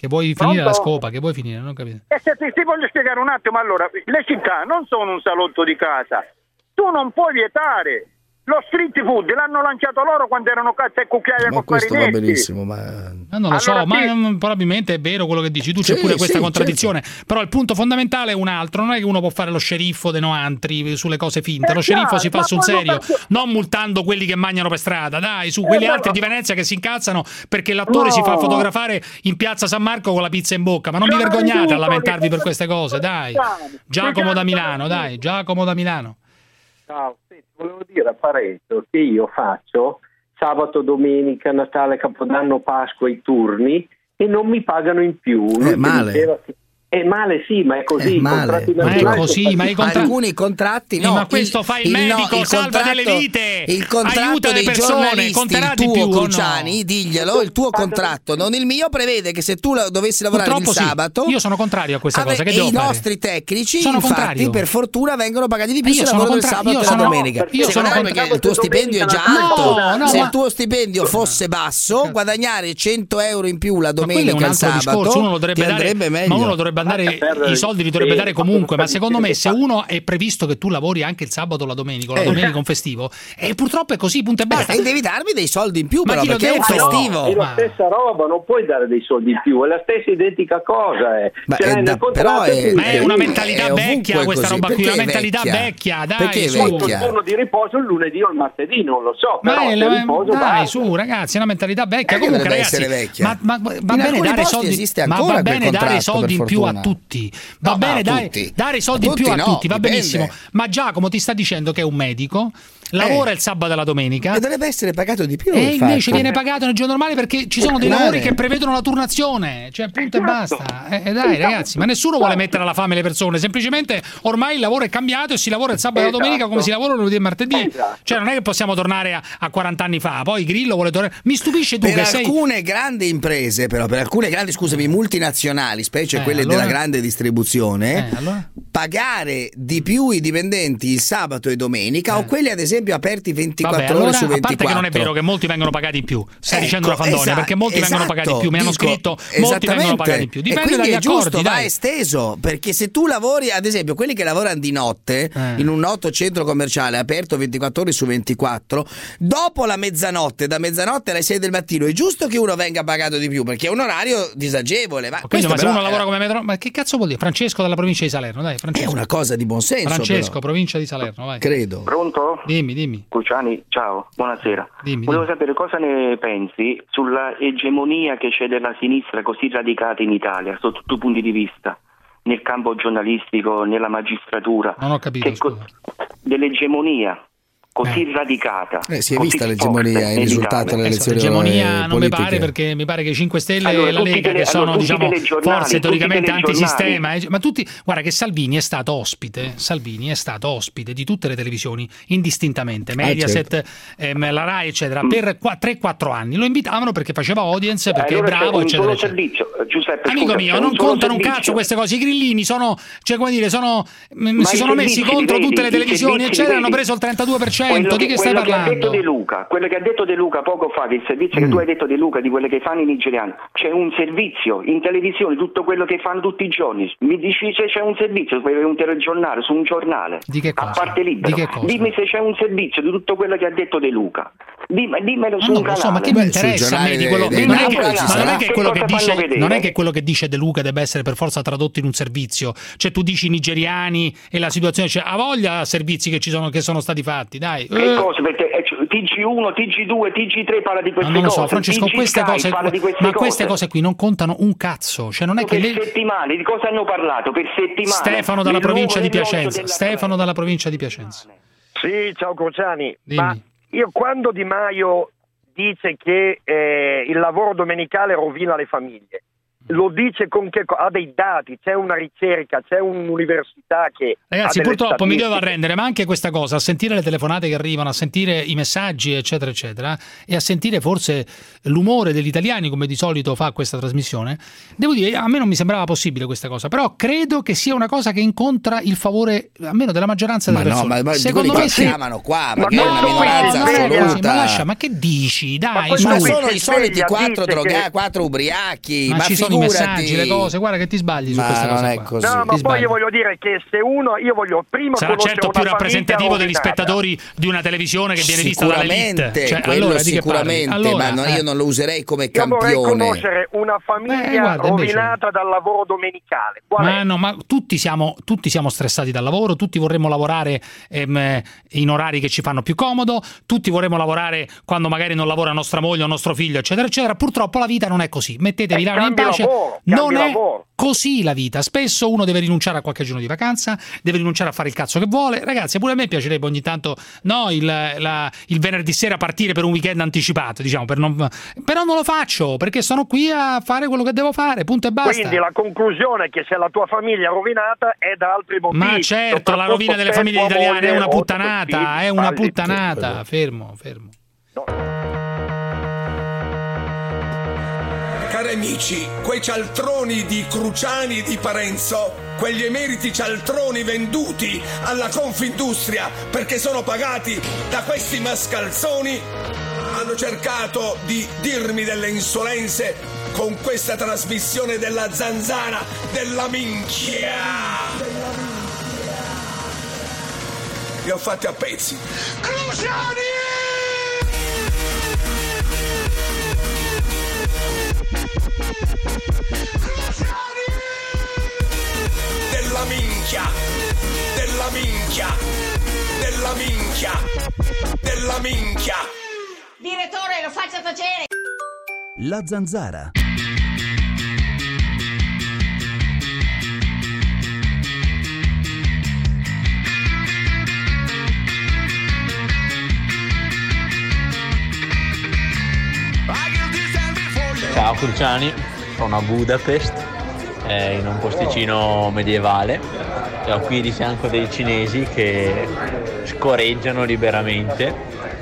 Che vuoi finire la scopa, che vuoi finire, non capito. E se ti voglio spiegare un attimo, allora, le città non sono un salotto di casa. Tu non puoi vietare. Lo street food l'hanno lanciato loro quando erano cazzo e cucchiaia con questo va Marinetti. benissimo, ma non lo so, ma probabilmente è vero quello che dici tu, c'è pure questa contraddizione. Certo. Però il punto fondamentale è un altro, non è che uno può fare lo sceriffo dei noantri sulle cose finte. Lo sceriffo si fa sul serio, non multando quelli che mangiano per strada, dai, su quelli altri di Venezia che si incazzano perché l'attore si fa fotografare in piazza San Marco con la pizza in bocca. Ma non vi vergognate a lamentarvi per queste cose, dai. Giacomo da Milano, dai, Giacomo da Milano. Ciao, volevo dire a Pareto che io faccio sabato, domenica, Natale, Capodanno, Pasqua i turni e non mi pagano in più. È male. È male, sì, ma è così. Ma è così, ma alcuni contratti no. Ma questo fa il medico, salva delle vite, il contratto aiuta le persone, conterà di più. Cruciani, diglielo, il tuo contratto, non il mio, prevede che se tu dovessi lavorare il sabato, io sono contrario a questa cosa. Che devo fare? I nostri tecnici, infatti, per fortuna vengono pagati di più se lavorano il sabato e la domenica. Perché il tuo stipendio è già alto. Se il tuo stipendio fosse basso, guadagnare 100 euro in più la domenica e il sabato uno lo dovrebbe dare, ma uno lo dovrebbe andare, i soldi li dovrebbe dare comunque, ma secondo me se uno è previsto che tu lavori anche il sabato o la domenica un festivo, e purtroppo è così, punto e basta. E devi darmi dei soldi in più, però, perché è un festivo. È la stessa roba, non puoi dare dei soldi in più, è la stessa identica cosa. Però è una mentalità vecchia questa roba qui, una mentalità vecchia, dai. Perché su. Il turno di riposo il lunedì o il martedì, non lo so, però dai, su ragazzi, è una mentalità vecchia. Comunque ragazzi, ma va bene dare soldi, ma va bene dare soldi in più a tutti, va bene dare soldi in più a tutti, va benissimo, ma Giacomo ti sta dicendo che è un medico, lavora il sabato e la domenica e dovrebbe essere pagato di più, e invece viene pagato nel giorno normale perché ci sono dei lavori che prevedono la turnazione, cioè punto e basta. Dai ragazzi, ma nessuno vuole mettere alla fame le persone, semplicemente ormai il lavoro è cambiato e si lavora il sabato e la domenica come si lavora lunedì e martedì, cioè non è che possiamo tornare a 40 anni fa. Poi Grillo vuole tornare, mi stupisce tu per che alcune grandi imprese, però per alcune grandi, scusami, multinazionali, specie quelle della grande distribuzione, pagare di più i dipendenti il sabato e domenica o quelli ad esempio aperti 24 ore su 24. A parte che non è vero che molti vengono pagati in più, stai dicendo la Fandonia, perché molti vengono pagati in più, mi hanno scritto molti vengono pagati in più, dipende dagli accordi, giusto, va esteso, perché se tu lavori, ad esempio quelli che lavorano di notte in un noto centro commerciale aperto 24 ore su 24, dopo la mezzanotte, da mezzanotte alle 6 del mattino, è giusto che uno venga pagato di più perché è un orario disagevole. Ma se uno lavora come metro, ma che cazzo vuol dire? Francesco dalla provincia di Salerno, dai, Francesco. È una cosa di buon senso. Francesco, provincia di Salerno, vai. Credo. Pronto? Dimmi. Cruciani, ciao, buonasera. Dimmi. Volevo sapere cosa ne pensi sulla egemonia che c'è della sinistra così radicata in Italia, sotto tutti i punti di vista, nel campo giornalistico, nella magistratura. Non ho capito. Dell'egemonia così radicata. Si è vista l'egemonia, il risultato delle elezioni. L'egemonia non mi pare, perché mi pare che i 5 Stelle e la Lega, che sono diciamo forze teoricamente antisistema, ma tutti, guarda che Salvini è stato ospite di tutte le televisioni indistintamente, Mediaset, la Rai eccetera, per 3-4 anni. Lo invitavano perché faceva audience, perché è bravo eccetera, servizio, Giuseppe, amico mio, non contano un cazzo queste cose. I grillini sono, cioè come dire, si sono messi contro tutte le televisioni eccetera, hanno preso il 32%. Di che stai parlando? Quello che ha detto De Luca poco fa, del servizio che tu hai detto De Luca, di quelle che fanno i nigeriani, c'è un servizio in televisione, tutto quello che fanno tutti i giorni, mi dici se c'è un servizio, un telegiornale, su un giornale, di che cosa? A parte Libero, dimmi se c'è un servizio di tutto quello che ha detto De Luca. Dimmelo su un canale. Ma che mi interessa a me di quello, non è che quello che dice, non è che quello che dice De Luca deve essere per forza tradotto in un servizio, cioè tu dici nigeriani e la situazione, cioè ha voglia servizi che sono stati fatti, dai. Che cose? Perché TG1, TG2, TG3 parla di queste cose. Non lo so, Francesco, queste cose qui non contano un cazzo, cioè non è che settimane, di cosa hanno parlato? Per settimane. Stefano dalla provincia di Piacenza. Sì, ciao Cruciani. Ma io quando Di Maio dice che il lavoro domenicale rovina le famiglie, lo dice con che ha dei dati, c'è una ricerca, c'è un'università che ragazzi purtroppo mi devo arrendere, ma anche questa cosa, a sentire le telefonate che arrivano, a sentire i messaggi eccetera eccetera, e a sentire forse l'umore degli italiani come di solito fa questa trasmissione, devo dire a me non mi sembrava possibile questa cosa, però credo che sia una cosa che incontra il favore almeno della maggioranza delle persone. Ma secondo me si chiamano qua, ma che è una minoranza assoluta. Ma che dici? Dai, ma sono i soliti 4 drogati, 4 ubriachi, ma i messaggi, le cose, guarda che ti sbagli su questa cosa. Non è così. No, ma poi io voglio dire che se io voglio prima sarà certo più rappresentativo degli spettatori di una televisione che viene vista dall'elite. Cioè, quello sicuramente, ma io non lo userei come campione. Io vorrei conoscere una famiglia rovinata dal lavoro domenicale. Ma tutti siamo stressati dal lavoro, tutti vorremmo lavorare in orari che ci fanno più comodo, tutti vorremmo lavorare quando magari non lavora nostra moglie o nostro figlio, eccetera, eccetera. Purtroppo la vita non è così. Mettetevi la mano in pace. Non è così la vita. Spesso uno deve rinunciare a qualche giorno di vacanza, deve rinunciare a fare il cazzo che vuole. Ragazzi, pure a me piacerebbe ogni tanto il venerdì sera partire per un weekend anticipato, diciamo, però non lo faccio perché sono qui a fare quello che devo fare, punto e basta. Quindi la conclusione è che se la tua famiglia è rovinata è da altri motivi. Ma certo, la rovina delle famiglie italiane è una puttanata, fermo. No. Cari amici, quei cialtroni di Cruciani e di Parenzo, quegli emeriti cialtroni venduti alla Confindustria perché sono pagati da questi mascalzoni, hanno cercato di dirmi delle insolenze con questa trasmissione della zanzara della minchia. Li ho fatti a pezzi. Cruciani! Della minchia, della minchia, della minchia, della minchia. Direttore, lo faccia tacere. La zanzara. Ciao Cruciani, sono a Budapest, in un posticino medievale, e ho qui di fianco dei cinesi che scorreggiano liberamente,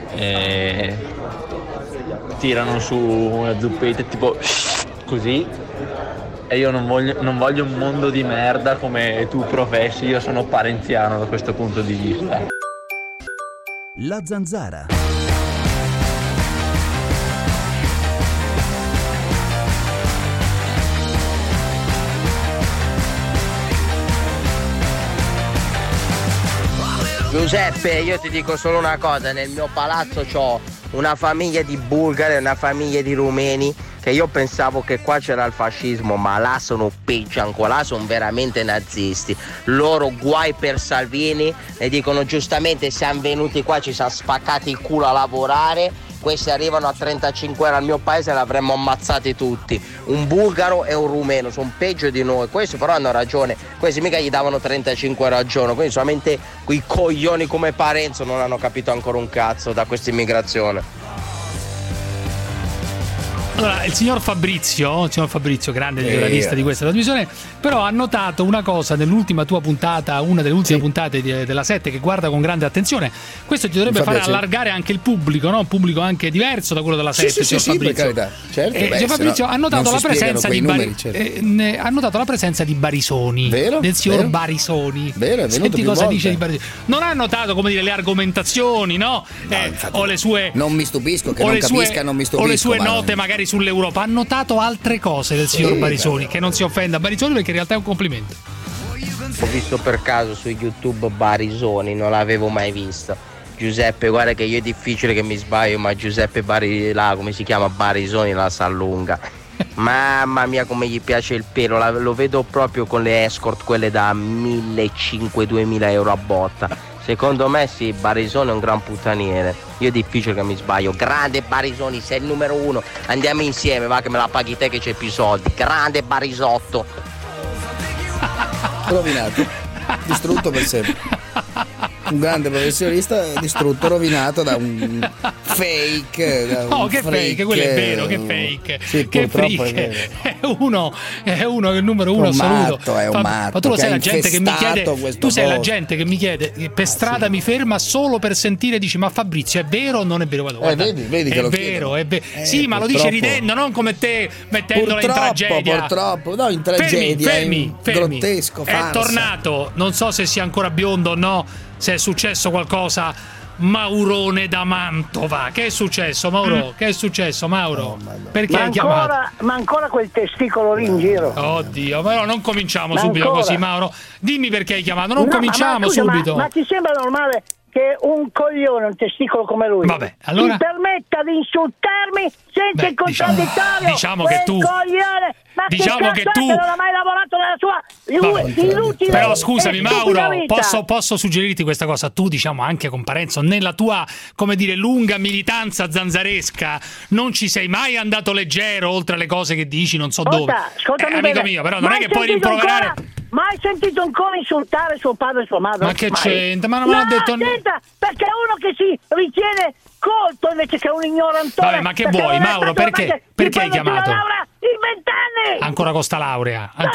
tirano su una zuppetta tipo così, e io non voglio un mondo di merda come tu professi, io sono parenziano da questo punto di vista. La zanzara. Giuseppe, io ti dico solo una cosa, nel mio palazzo c'ho una famiglia di bulgari e una famiglia di rumeni, che io pensavo che qua c'era il fascismo, ma là sono peggio ancora, là sono veramente nazisti. Loro guai per Salvini, e dicono giustamente siamo venuti qua, ci siamo spaccati il culo a lavorare, questi arrivano a 35 euro al mio paese, l'avremmo ammazzati tutti. Un bulgaro e un rumeno sono peggio di noi, questi però hanno ragione, questi mica gli davano 35 euro al giorno, quindi solamente quei coglioni come Parenzo non hanno capito ancora un cazzo da questa immigrazione. Allora, il signor Fabrizio, grande giornalista di questa trasmissione, però ha notato una cosa nell'ultima tua puntata, una delle ultime puntate della 7, che guarda con grande attenzione. Questo ti dovrebbe fare allargare anche il pubblico, no? Un pubblico anche diverso da quello della 7, signor Fabrizio. Per carità. Certo, signor Fabrizio ha notato la presenza di ha notato la presenza di Barisoni, del signor Barisoni. Senti cosa dice di Barisoni. Non ha notato, come dire, le argomentazioni, no? O le sue. Non mi stupisco che non capisca, non mi stupisco. O le sue note magari sull'Europa. Ha notato altre cose del signor Barisoni, che non si offenda a Barisoni perché in realtà è un complimento. Ho visto per caso su YouTube Barisoni, non l'avevo mai visto. Giuseppe, guarda che io è difficile che mi sbaglio, ma Giuseppe come si chiama, Barisoni la sa lunga. Mamma mia come gli piace il pelo, lo vedo proprio con le escort, quelle da 1.500-2.000 euro a botta. Secondo me sì, Barisoni è un gran puttaniere. Io è difficile che mi sbaglio. Grande Barisoni, sei il numero 1. Andiamo insieme, va, che me la paghi te che c'hai più soldi. Grande Barisotto. Rovinato. Distrutto per sempre. Un grande professionista distrutto, rovinato da un fake. Che fake, quello è vero, che fake. Sì, che freak. È uno il numero 1 assoluto. È un matto. Ma tu lo sai la gente che mi chiede, la gente che mi chiede, per strada mi ferma solo per sentire, dici: ma Fabrizio è vero o non è vero? Guarda, vedi che è lo vero, è vero. Sì, ma lo dice ridendo, non come te mettendola in tragedia. Purtroppo, no, in tragedia. Fermi. Grottesco, farsa. È tornato, non so se sia ancora biondo o no, se è successo qualcosa Maurone da Mantova. Che è successo, Mauro? Che è successo, Mauro? Perché hai chiamato? Ma ancora quel testicolo lì in giro. Oddio, ma no, non cominciamo subito così, Mauro. Dimmi perché hai chiamato, non cominciamo subito. Ma ti sembra normale che un coglione, un testicolo come lui, allora... ti permetta di insultarmi senza il contraddittorio? Diciamo che tu coglione, ma che tu non ha mai lavorato nella sua inutile. Però scusami, Mauro, posso suggerirti questa cosa? Tu, diciamo, anche con Parenzo, nella tua, come dire, lunga militanza zanzaresca, non ci sei mai andato leggero oltre alle cose che dici, non so dove. Amico mio, però non è che puoi rimproverare. Mai sentito ancora insultare suo padre e sua madre? Ma che c'entra? Ma non ha detto niente. Perché è uno che si ritiene colto invece che un ignorantone. Vabbè, ma che vuoi, Mauro? Perché hai chiamato? In 20 anni! Ancora con sta laurea? Ma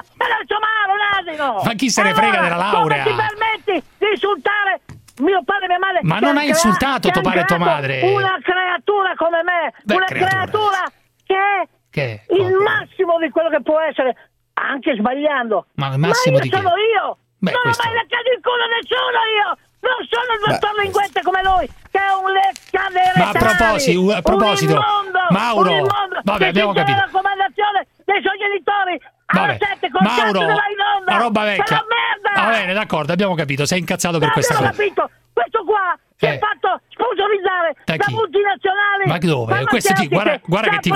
Ma chi se ne frega della laurea? Come ti permetti di insultare mio padre e mia madre? Ma non hai insultato tuo padre e tua madre? Una creatura come me, creatura che è il massimo di quello che può essere. Anche sbagliando. Ma il massimo di sono io. Non ho mai leccato il culo a nessuno io. Non sono il dottor Linguetta come lui, che è un leccaderetari. Ma a proposito, Mauro, vabbè, abbiamo capito. La raccomandazione dei suoi genitori. Mauro, la roba vecchia. Va bene, d'accordo, abbiamo capito. Sei incazzato per questa cosa. Capito. Questo qua si è fatto sponsorizzare da multinazionali. Ma dove? Questo guarda che ti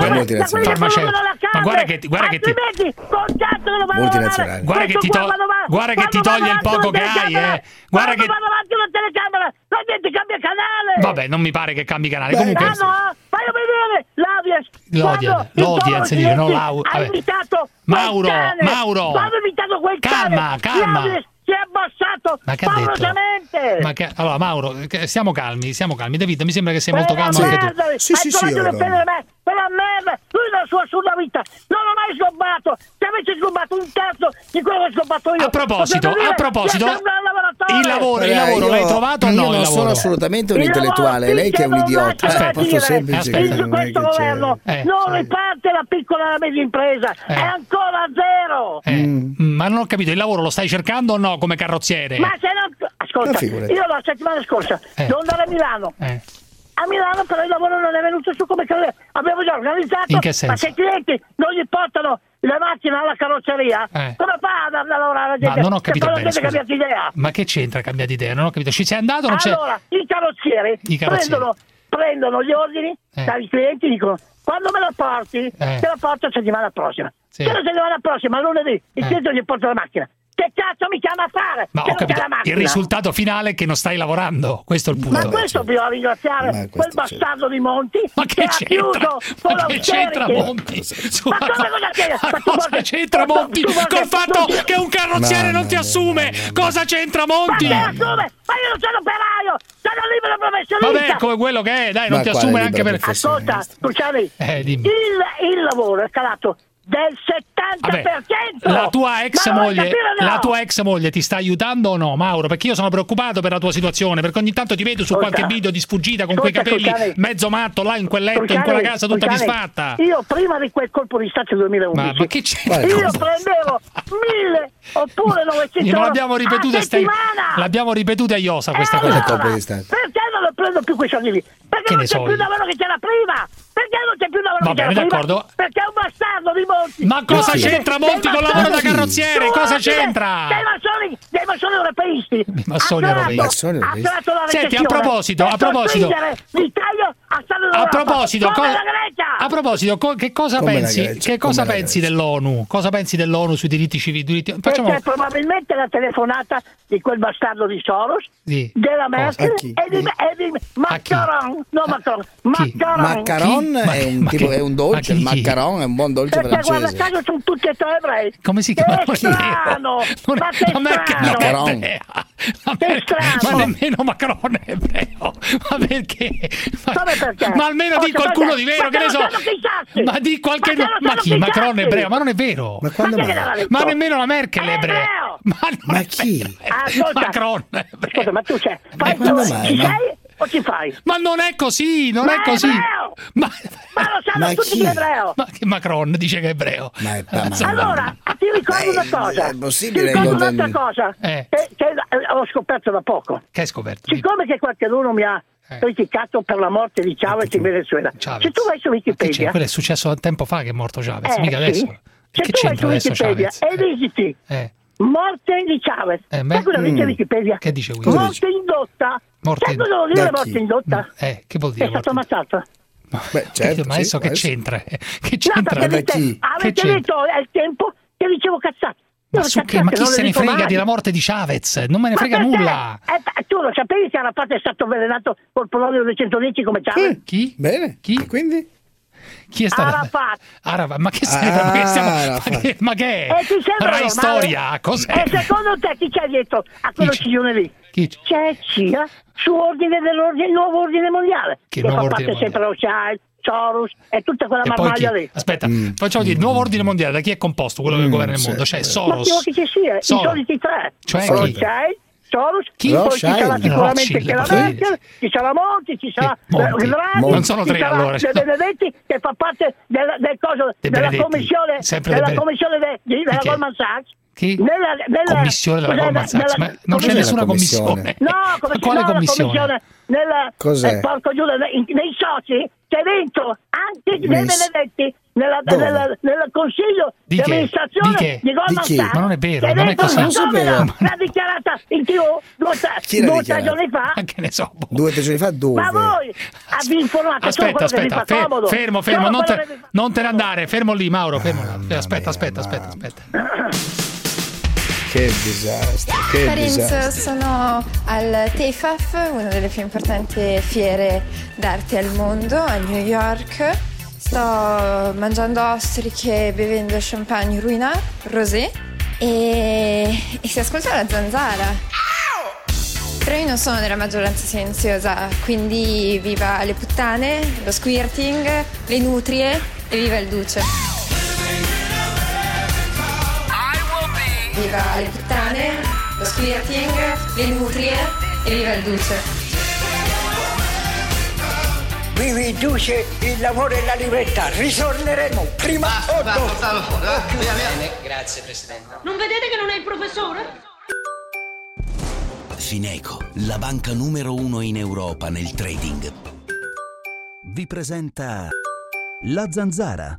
guarda che ti toglie il poco che hai, Guarda che vado avanti una telecamera, la gente cambia canale. Vabbè, non mi pare che cambi canale. Comunque fai vedere l'audience, dire no, ha invitato Mauro. Quando ha invitato quel calma. Si è abbassato paurosamente. Allora, Mauro, stiamo calmi. David, mi sembra che sei molto calmo anche tu. Sì. Quella merda, lui nella sua assurda vita non ha mai sgobbato. Se avessi sgobbato un terzo di quello che ho sgobbato io. A proposito, il lavoro l'hai trovato o no? Io non sono assolutamente un intellettuale, è lei che è un idiota. Molto semplice. Su questo governo non riparte la piccola e la media impresa, è ancora zero. Ma non ho capito, il lavoro lo stai cercando o no come carrozziere? Ma se non... Ascolta, io la settimana scorsa devo andare a Milano. A Milano però il lavoro non è venuto su come abbiamo già organizzato. In che senso? Ma se i clienti non gli portano le macchine alla carrozzeria, come fa a lavorare la gente? Ma non ho capito bene, cambiato idea. Ma che c'entra cambiato idea? Non ho capito. Ci sei andato o non c'è? Allora, i carrozzieri prendono gli ordini dai clienti e dicono: quando me la porti, te la porto settimana prossima. Se la settimana prossima, lunedì, il cliente gli porta la macchina. Che cazzo mi chiama a fare? Ma ho capito, il risultato finale è che non stai lavorando, questo è il punto. Ma questo bisogna ringraziare quel bastardo di Monti che ha chiuso con Ma che c'entra Monti? Ma cosa c'entra Monti col fatto che un carrozziere non ti assume? Cosa c'entra Monti? Ma che assume? Ma io non sono operaio, sono libero professionista. Vabbè, come quello che è, dai, non ti assume neanche per... Ascolta, Cruciani, il lavoro è calato del 70%. La tua ex moglie ti sta aiutando o no, Mauro? Perché io sono preoccupato per la tua situazione, perché ogni tanto ti vedo su qualche video di sfuggita con quei capelli mezzo matto là in quel letto, in quella casa tutta disfatta. Io prima di quel colpo di stato del 2011 ma che c'è? Io prendevo 1000 oppure 900 non l'abbiamo ripetuta l'abbiamo ripetuta a Iosa questa cosa. Perché non lo prendo più quei soldi lì? Perché non c'è più lavoro che c'era prima? Perché non c'è più lavoro che c'era prima? D'accordo. Perché è un bastardo di Monti. Ma cosa c'entra Monti con lavoro da carrozziere? Cosa c'entra? Dei massoni europeisti. Senti, a proposito, che cosa pensi? Che cosa pensi dell'ONU? Cosa pensi dell'ONU sui diritti civili? Perché probabilmente la telefonata di quel bastardo di Soros, della Merkel e di Macron. No, Macron è un dolce, il maccaron è un buon dolce francese. Guarda caso sono tutti e tre ebrei. Come si chiama? Maccaron. Ma nemmeno Macron è ebreo. Ma perché? Ma almeno di qualcuno di vero, che ne so. Ma di qualche ma chi? Macron è ebreo? Ma non è vero. Ma quando ma nemmeno la Merkel è ebrea. Ma chi? Macron. Ascolta, ma tu c'è. o ci fai? Ma non è così, non è così. Ma lo sanno tutti che è ebreo. Ma che Macron dice che è ebreo? Allora, ti ricordo una cosa. È possibile. Ti ricordo un'altra cosa che ho scoperto da poco. Che hai scoperto? Siccome che qualcuno mi ha criticato per la morte di Chavez in Venezuela, se tu vai su Wikipedia, quello è successo tempo fa che è morto Chavez, mica adesso. Se che tu vai su c'entra Wikipedia e visiti morte di Chavez, sai cosa dice Wikipedia? Che dice Wikipedia? Morte indotta. Sai cosa vuol dire morte indotta? Che vuol dire? È stato ammazzato. Beh, certo, ma adesso che c'entra? Che c'entra? Avete detto è il tempo che dicevo cazzate. Ma chi se ne frega della morte di Chavez? Non me ne frega nulla. Tu lo sapevi che Arafat è stato avvelenato col polonio 210 come Chavez? Chi? Bene. Chi? E quindi? Chi è stato? Arafat. Ma che sei? Ma che è? Rai Storia? Cos'è? E secondo te chi c'è dietro a quello ciglione lì? C'è CIA su ordine del nuovo ordine mondiale. Che fa parte sempre lo Child, Soros e tutta quella marmaglia lì. Aspetta, facciamo dire il nuovo ordine mondiale, da chi è composto quello che governa il mondo? Cioè Soros. Ma chi ci sia? I soliti tre. Cioè chi? Soros, poi ci sarà sicuramente che la Merkel, ci sarà Monti, ci sarà Draghi, non sono tre allora. De Benedetti che fa parte della commissione della Goldman Sachs. Chi? Nella commissione della Goldman Sachs, ma non c'è nessuna commissione. No, quale commissione? Porco Giuda, nei soci c'è dentro anche De Benedetti nel consiglio di amministrazione di Goldman Sachs. Ma non è vero, non è così. L'ha dichiarata in TV 2 o 3 giorni fa. Che ne so. 2 o 3 giorni fa dove? Ma voi vi informate solo quello che vi fa comodo. Fermo, non te ne andare, fermo lì Mauro, fermo. Aspetta. Che disastro, sono al TEFAF, una delle più importanti fiere d'arte al mondo, a New York. Sto mangiando ostriche, bevendo champagne Ruinart, rosé e si ascolta la zanzara. Però io non sono nella maggioranza silenziosa, quindi viva le puttane, lo squirting, le nutrie e viva il duce. Viva le puttane, lo squirting, le nutrie e viva il duce. Viva il duce, il lavoro e la libertà. Ritorneremo prima o dopo. Bene, grazie Presidente. Non vedete che non è il professore? Fineco, la banca numero 1 in Europa nel trading, vi presenta La Zanzara.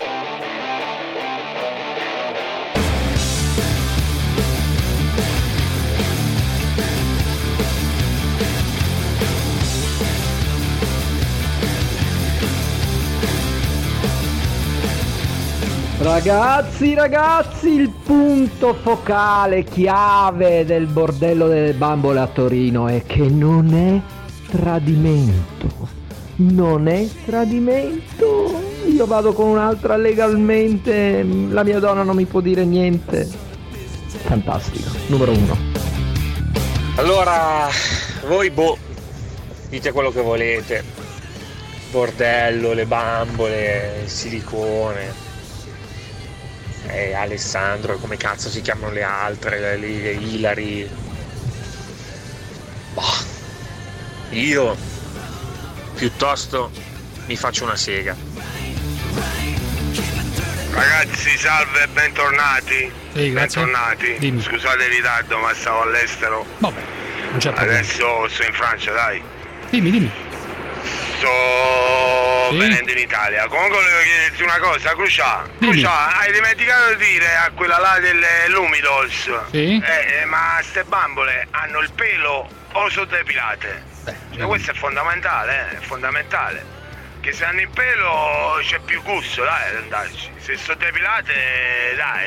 Ragazzi, il punto focale chiave del bordello delle bambole a Torino è che non è tradimento. Io vado con un'altra legalmente, la mia donna non mi può dire niente. Fantastico, numero 1. Allora, voi dite quello che volete. Bordello, le bambole, il silicone. Alessandro, come cazzo si chiamano le altre, le Ilari. Io piuttosto mi faccio una sega. Ragazzi, salve e bentornati. Sì, bentornati. Dimmi. Scusate il ritardo, ma stavo all'estero. Vabbè, non c'è problema. Adesso sto in Francia, dai. Dimmi. Sto venendo in Italia. Comunque volevo chiederti una cosa, Crucià, hai dimenticato di dire a quella là dell'Umidos? Sì. Ma ste bambole hanno il pelo o sono depilate? Questo è fondamentale, Che se hanno il pelo c'è più gusto, dai, andarci. Se sono depilate, dai,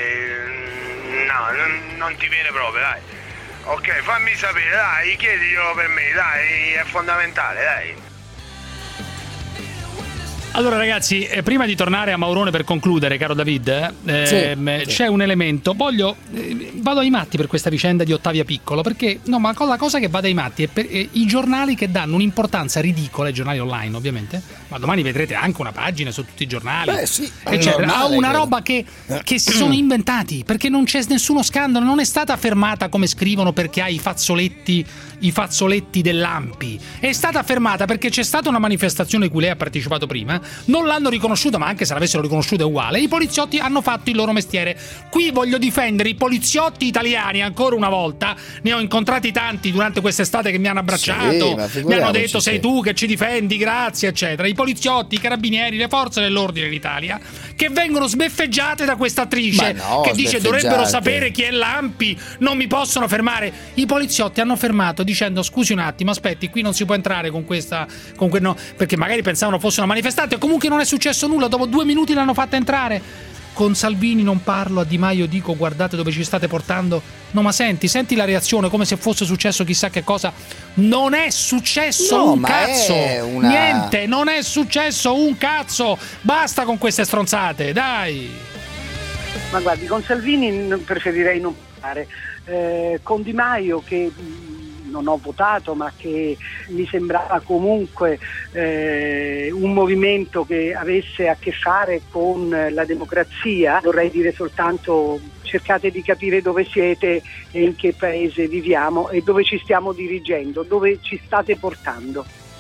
no, non ti viene proprio, dai. Ok, fammi sapere, dai, chiediglielo per me, dai, è fondamentale, dai. Allora ragazzi, prima di tornare a Maurone per concludere, caro David, c'è un elemento. Vado ai matti per questa vicenda di Ottavia Piccolo, perché ma la cosa che vado ai matti è per i giornali che danno un'importanza ridicola, i giornali online ovviamente, ma domani vedrete anche una pagina su tutti i giornali, eccetera. Una roba che si sono inventati, perché non c'è nessuno scandalo, non è stata fermata come scrivono perché ha i fazzoletti dell'Ampi, è stata fermata perché c'è stata una manifestazione a cui lei ha partecipato prima, non l'hanno riconosciuta, ma anche se l'avessero riconosciuta è uguale, i poliziotti hanno fatto il loro mestiere. Qui voglio difendere i poliziotti italiani ancora una volta, ne ho incontrati tanti durante quest'estate che mi hanno abbracciato, mi hanno detto sei tu che ci difendi, grazie eccetera, i poliziotti, i carabinieri, le forze dell'ordine in Italia che vengono sbeffeggiate da questa attrice che dice dovrebbero sapere chi è l'Ampi, non mi possono fermare. I poliziotti hanno fermato dicendo scusi un attimo, aspetti, qui non si può entrare con questa, perché magari pensavano fosse una manifestante, comunque non è successo nulla, dopo 2 minuti l'hanno fatta entrare. Con Salvini non parlo, a Di Maio dico guardate dove ci state portando. No, ma senti la reazione come se fosse successo chissà che cosa. Non è successo un cazzo, niente, non è successo un cazzo, basta con queste stronzate, dai. Ma guardi, con Salvini preferirei non parlare, con Di Maio che non ho votato ma che mi sembrava comunque un movimento che avesse a che fare con la democrazia, vorrei dire soltanto cercate di capire dove siete e in che paese viviamo e dove ci stiamo dirigendo, dove ci state portando.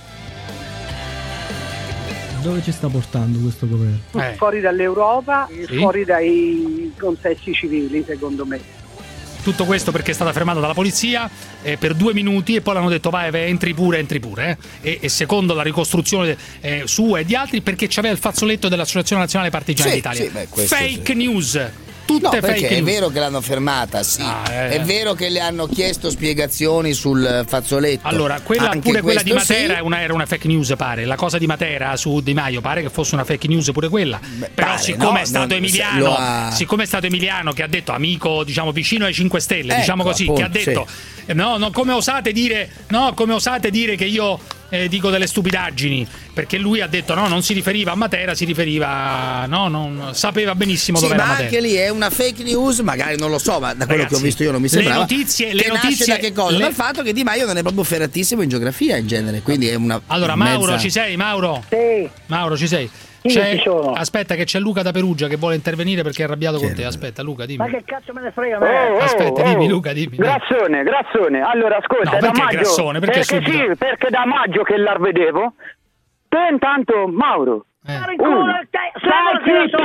Dove ci sta portando questo governo? Fuori dall'Europa e fuori dai consessi civili, secondo me. Tutto questo perché è stata fermata dalla polizia per 2 minuti e poi l'hanno detto vai, entri pure. E secondo la ricostruzione sua e di altri, perché c'aveva il fazzoletto dell'Associazione Nazionale Partigiani d'Italia. Fake news. Tutte fake news. È vero che l'hanno fermata, è vero che le hanno chiesto spiegazioni sul fazzoletto. Allora, quella di Matera era una fake news, pare. La cosa di Matera su Di Maio pare che fosse una fake news pure quella. Però siccome è stato Emiliano che ha detto amico, diciamo vicino ai 5 Stelle, diciamo così, appunto, che ha detto come osate dire che io dico delle stupidaggini, perché lui ha detto non si riferiva a Matera, si riferiva non sapeva benissimo dove era Matera. Anche lì è una fake news, magari non lo so, ma da quello che ho visto io non mi sembrava. Le notizie da che cosa? Dal fatto che Di Maio non è proprio ferratissimo in geografia in genere, quindi è una Mauro, ci sei? Mauro? Sì. Mauro, ci sei? Aspetta che c'è Luca da Perugia che vuole intervenire perché è arrabbiato con te. Aspetta Luca, dimmi. Ma che cazzo me ne frega me? Aspetta, dimmi Luca, dimmi. Grassone. Allora ascolta, da maggio. Grassone? Perché da maggio che la vedevo. Te intanto Mauro. Stai zitto,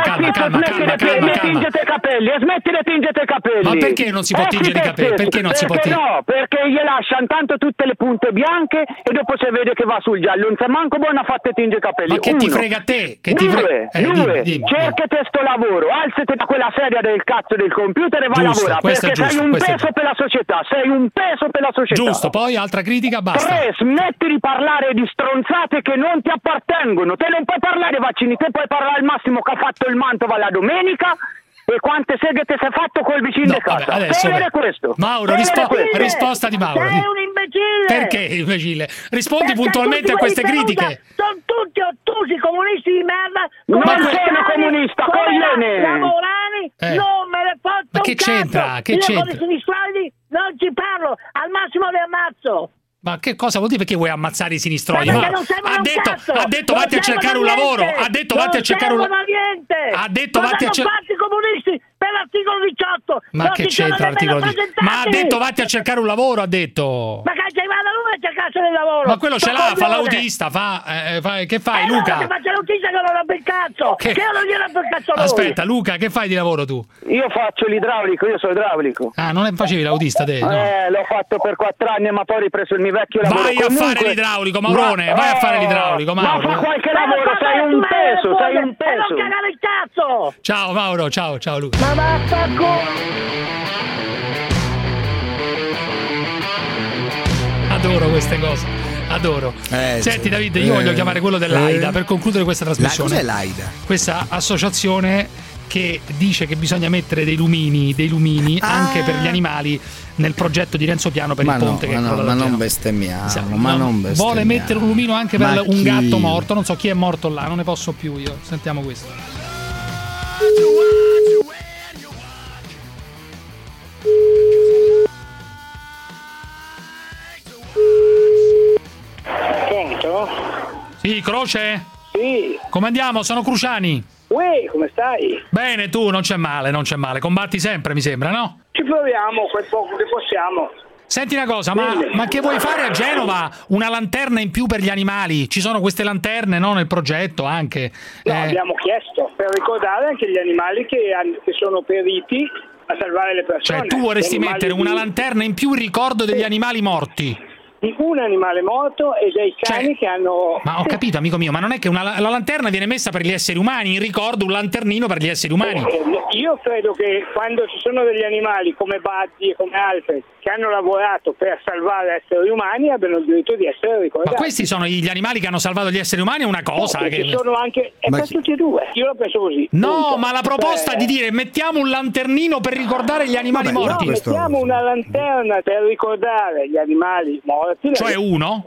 smetti di tingere i capelli. Ma perché non si può tingere i capelli? Perché non si può tingere? No, perché gli lasciano tanto tutte le punte bianche e dopo si vede che va sul giallo. Non sa manco buona fatta tingere i capelli. Ma che ti frega a te? Dimmi. Cercati sto lavoro, alzati da quella sedia del cazzo del computer e vai a lavorare, perché sei un peso per la società, Giusto, poi altra critica, basta. 3, smetti di parlare di stronzate che non ti appartengono. Te non puoi parlare di vaccini, te puoi parlare al massimo che ha fatto il Mantova la domenica e quante seghe ti sei fatto col vicino di casa. Questo. Mauro, risposta di Mauro. Sei un imbecille. Perché imbecille? Rispondi puntualmente a queste critiche. Sono tutti ottusi comunisti di merda. Non sono comunista, coglione. Lavorani, non me ne faccio ma che c'entra? Che c'entra? Con i sinistrali non ci parlo, al massimo li ammazzo. Ma che cosa vuol dire? Perché vuoi ammazzare i sinistroli? Ha detto vatti a cercare un lavoro. Ha detto vatti a cercare un lavoro. Ha detto vatti a cercare comunisti per l'articolo 18. Ma che c'entra l'articolo 18? Ma ha detto vatti a cercare un lavoro, ha detto. Ma che vada lui a cercarsi del lavoro. Ma quello ce l'ha, fa l'autista, che fai Luca? Ma faccia l'autista che non rompe il cazzo. Che non gli rompe il cazzo lui. Aspetta Luca, che fai di lavoro tu? Io faccio l'idraulico, io sono idraulico. Ah, non facevi l'autista te? No. L'ho fatto per 4 anni, ma poi ho ripreso il mio vecchio lavoro. Vai a fare l'idraulico, Maurone, vai a fare l'idraulico, Mauro. Ma fa qualche lavoro, sei un peso. Non cagare il cazzo. Ciao Mauro, ciao Luca. Ma adoro queste cose, adoro. Senti Davide, io voglio chiamare quello dell'AIDA per concludere questa trasmissione. Cos'è l'AIDA? Questa associazione che dice che bisogna mettere dei lumini anche per gli animali nel progetto di Renzo Piano per il ponte che è quello ma non bestemmiamo, vuole mettere un lumino anche per un gatto morto, non so chi è morto là, non ne posso più io. Sentiamo questo. Pronto? Sì, Croce? Sì. Come andiamo? Sono Cruciani. Uè, come stai? Bene, tu, non c'è male. Combatti sempre, mi sembra, no? Ci proviamo quel poco che possiamo. Senti una cosa, ma che vuoi fare a Genova? Una lanterna in più per gli animali? Ci sono queste lanterne, no? Nel progetto anche. No, abbiamo chiesto per ricordare anche gli animali che sono periti a salvare le persone. Cioè, tu vorresti mettere una lanterna in più in ricordo degli animali morti? Di un animale morto e dei cani che hanno... Ma ho capito, amico mio, ma non è che la lanterna viene messa per gli esseri umani, in ricordo un lanternino per gli esseri umani. Io credo che quando ci sono degli animali come Buddy e come altri che hanno lavorato per salvare esseri umani abbiano il diritto di essere ricordati. Ma questi sono gli animali che hanno salvato gli esseri umani? È una cosa che... Ci sono anche... per tutti e due. Io lo penso così. No, punto. Ma la proposta di dire mettiamo un lanternino per ricordare gli animali morti. No, mettiamo una lanterna per ricordare gli animali morti. Cioè uno?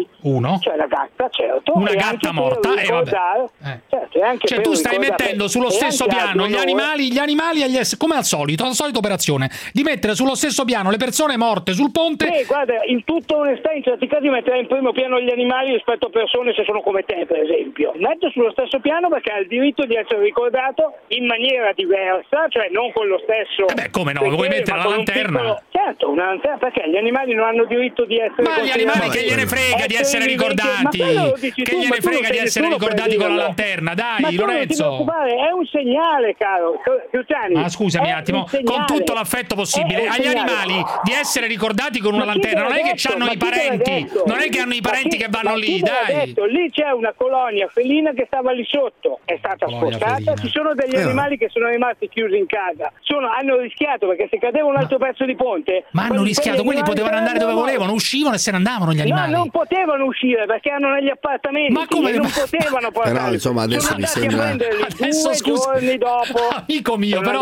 Cioè la gatta, certo. Una gatta morta e vabbè. Certo, cioè tu stai mettendo sullo stesso piano gli animali agli esseri, come al solito, la solita operazione di mettere sullo stesso piano le persone morte sul ponte. Guarda, in tutta onestà in certi casi metterei in primo piano gli animali rispetto a persone se sono come te, per esempio. Metto sullo stesso piano perché ha il diritto di essere ricordato in maniera diversa, cioè non con lo stesso... come no, vuoi mettere la lanterna? Certo, una lanterna, perché gli animali non hanno diritto di essere... Ma gli animali che gliene frega di essere ricordati, che gliene frega di essere ricordati con la lanterna, dai Lorenzo. È un segnale, caro Cruciani. Ma scusami un attimo, con tutto l'affetto possibile agli animali di essere ricordati con una lanterna, non è che hanno i parenti, non è che hanno i parenti che vanno lì, dai. Lì c'è una colonia felina che stava lì sotto, è stata spostata, ci sono degli animali che sono rimasti chiusi in casa, hanno rischiato perché se cadeva un altro pezzo di ponte... Ma hanno rischiato, quelli potevano andare dove volevano, uscivano e se ne andavano gli animali. No, non potevano uscire perché erano negli appartamenti. Ma come? Non potevano portare. Però insomma adesso mi sembra... Adesso scusa. Giorni dopo. Amico mio, però...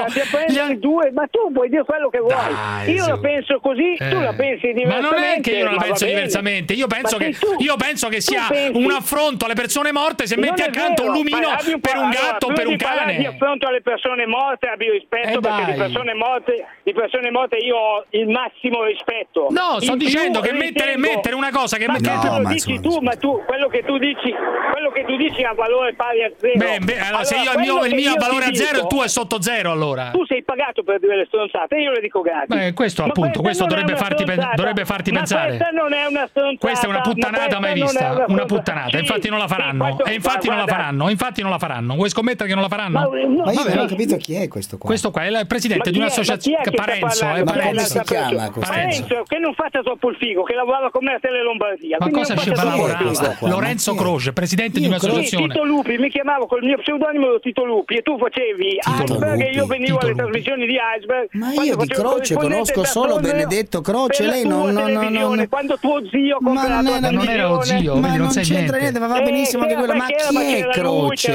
Ma tu puoi dire quello che vuoi. Io la penso così, tu la pensi diversamente. Ma non è che io non la penso diversamente. Io penso che sia un affronto alle persone morte se metti accanto un lumino per un gatto o per un cane. Di affronto alle persone morte abbi rispetto perché di persone morte io ho il massimo rispetto. No, sto dicendo che mettere una cosa che mette dici tu, ma tu quello che tu dici ha valore pari a zero. Allora, se io il mio ha valore a zero, il tuo è sotto zero, allora. Tu sei pagato per dire le stronzate, io le dico gratis. Questo appunto, questo dovrebbe farti pensare. Questa non è una stronzata. Questa è una puttanata mai vista, una puttanata. Infatti non la faranno. E infatti non la faranno. Vuoi scommettere che non la faranno? Ma io non ho capito chi è questo qua. Questo qua è il presidente di un'associazione, Parenzo. Ma come si chiama? Parenzo, che non faccia troppo il figo, che lavorava con me a Tele Lombardia. Ma cosa ci fa lavorare? Lorenzo Croce, presidente di un'associazione. Tito Lupi, mi chiamavo col mio pseudonimo Tito Lupi e tu facevi Iceberg e io venivo alle trasmissioni di Iceberg. Ma io di Croce conosco solo Benedetto Croce, lei non quando tuo zio ma non era lo zio, ma non c'entra niente, ma va benissimo anche quello. Ma chi è Croce?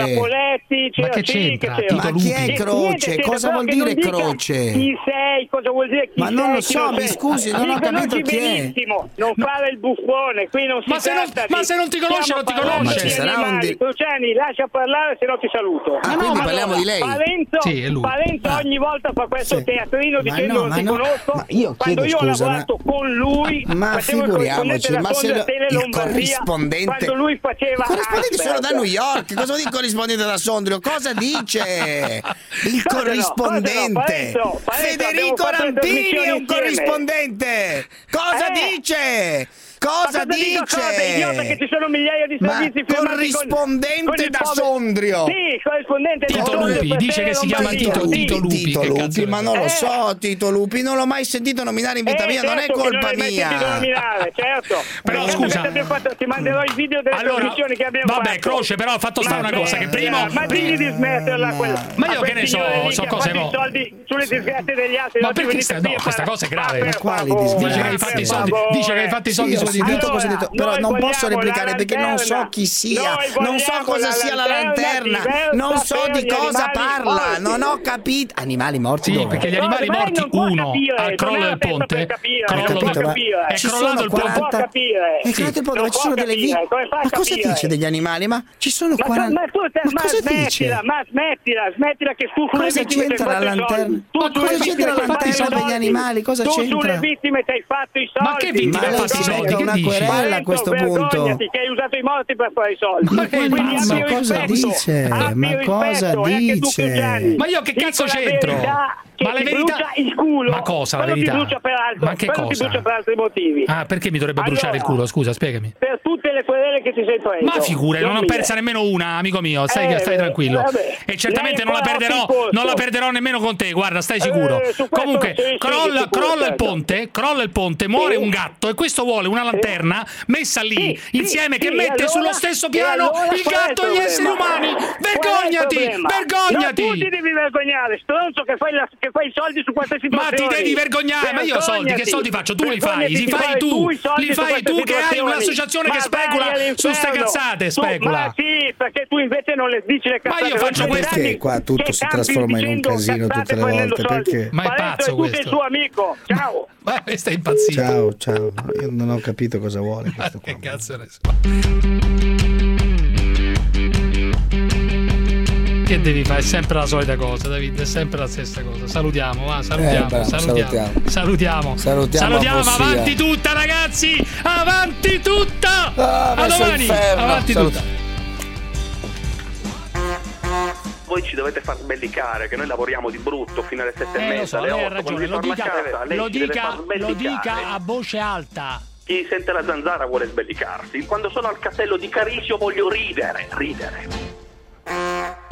Ma che c'entra? Ma chi è Croce? Cosa vuol dire Croce? Chi sei? Cosa vuol dire chi sei? Ma non lo so, mi scusi, non ho capito chi è. Non fare il buffone, qui non si tratta ma se non ti conosce, non ti conosce. Ma ci sarà un Cruciani, lascia parlare, se no ti saluto. Quindi parliamo di lei. Parenzo ogni volta fa questo teatrino dicendo non ti conosco. Quando io ho lavorato con lui, ma figuriamoci, ma se il corrispondente, quando lui faceva il corrispondente sono da New York, cosa vuol dire corrispondente da Sondrio? Cosa dice il corrispondente? Federico Rampini è un corrispondente. Cosa dice? Cosa dice? Idiota, che ci sono migliaia di servizi corrispondente da Sondrio. Sì, corrispondente Tito Lupi, dice che si chiama Tito Lupi. Ma non lo so, Tito Lupi, non l'ho mai sentito nominare in vita mia, non è colpa mia. Certo. Però scusa, ti manderò il video delle trasmissioni che abbiamo fatto. Vabbè, Croce, però ha fatto stare una cosa che prima digli di smetterla quella. Ma io che ne so cose no. Soldi sulle disgrazie degli altri. Ma perché questa cosa è grave. Quali disgrazie? Dice che hai fatto i soldi su sentito cosa hai detto, però non posso replicare perché non so chi sia, non so cosa sia la lanterna, non so di cosa parla, non ho capito. Animali morti dove? Perché gli animali morti, uno al crollo del ponte, è crollato il ponte. È crollato il ponte, ma ci sono delle vittime. Ma cosa dice degli animali? Ma ci sono 40. Ma cosa dice? Ma smettila che tu cosa c'entra la lanterna? Cosa c'entra la lanterna per gli animali? Cosa c'entra? Tu sulle vittime ti hai fatto i soldi. Ma che vittime hai fatto i soldi? Una querela a questo punto. Che hai usato i morti per fare i soldi. Ma cosa dice? Ma cosa dice? Ma io che cazzo c'entro? Ma le verità il culo. Ma cosa la verità? Ma che cosa? Ti brucia per altri motivi. Ah, perché mi dovrebbe bruciare il culo? Scusa, spiegami. Per tutte le querele che ti sei preso. Ma figure, non ho persa nemmeno una, amico mio. Stai tranquillo. E certamente non la perderò nemmeno con te. Guarda, stai sicuro. Comunque, crolla il ponte, muore un gatto e questo vuole una lanterna messa lì insieme che mette sullo stesso piano il gatto e gli esseri umani. Vergognati! Tu ti devi vergognare, stronzo che fai i soldi su queste situazioni. Ma ti devi vergognare, ma io soldi, che soldi faccio? Tu li fai tu che hai un'associazione che specula su ste cazzate, specula. Ma sì, perché tu invece non le dici le cazzate. Ma io faccio questo. Perché qua tutto si trasforma in un casino tutte le volte? Perché? Ma è pazzo questo. Tu sei il suo amico. Ciao. Ma stai impazzito. Ciao. Io non ho capito cosa vuole questo. Che cazzo ne so. Che devi fare? È sempre la solita cosa, David, è sempre la stessa cosa. Salutiamo. Salutiamo, avanti tutta, ragazzi! Avanti tutta! A domani! Avanti tutta! Voi ci dovete far sbellicare, che noi lavoriamo di brutto fino alle 7:30, alle 8. Lo dica a voce alta. Chi sente la zanzara vuole sbellicarsi. Quando sono al castello di Carisio voglio ridere.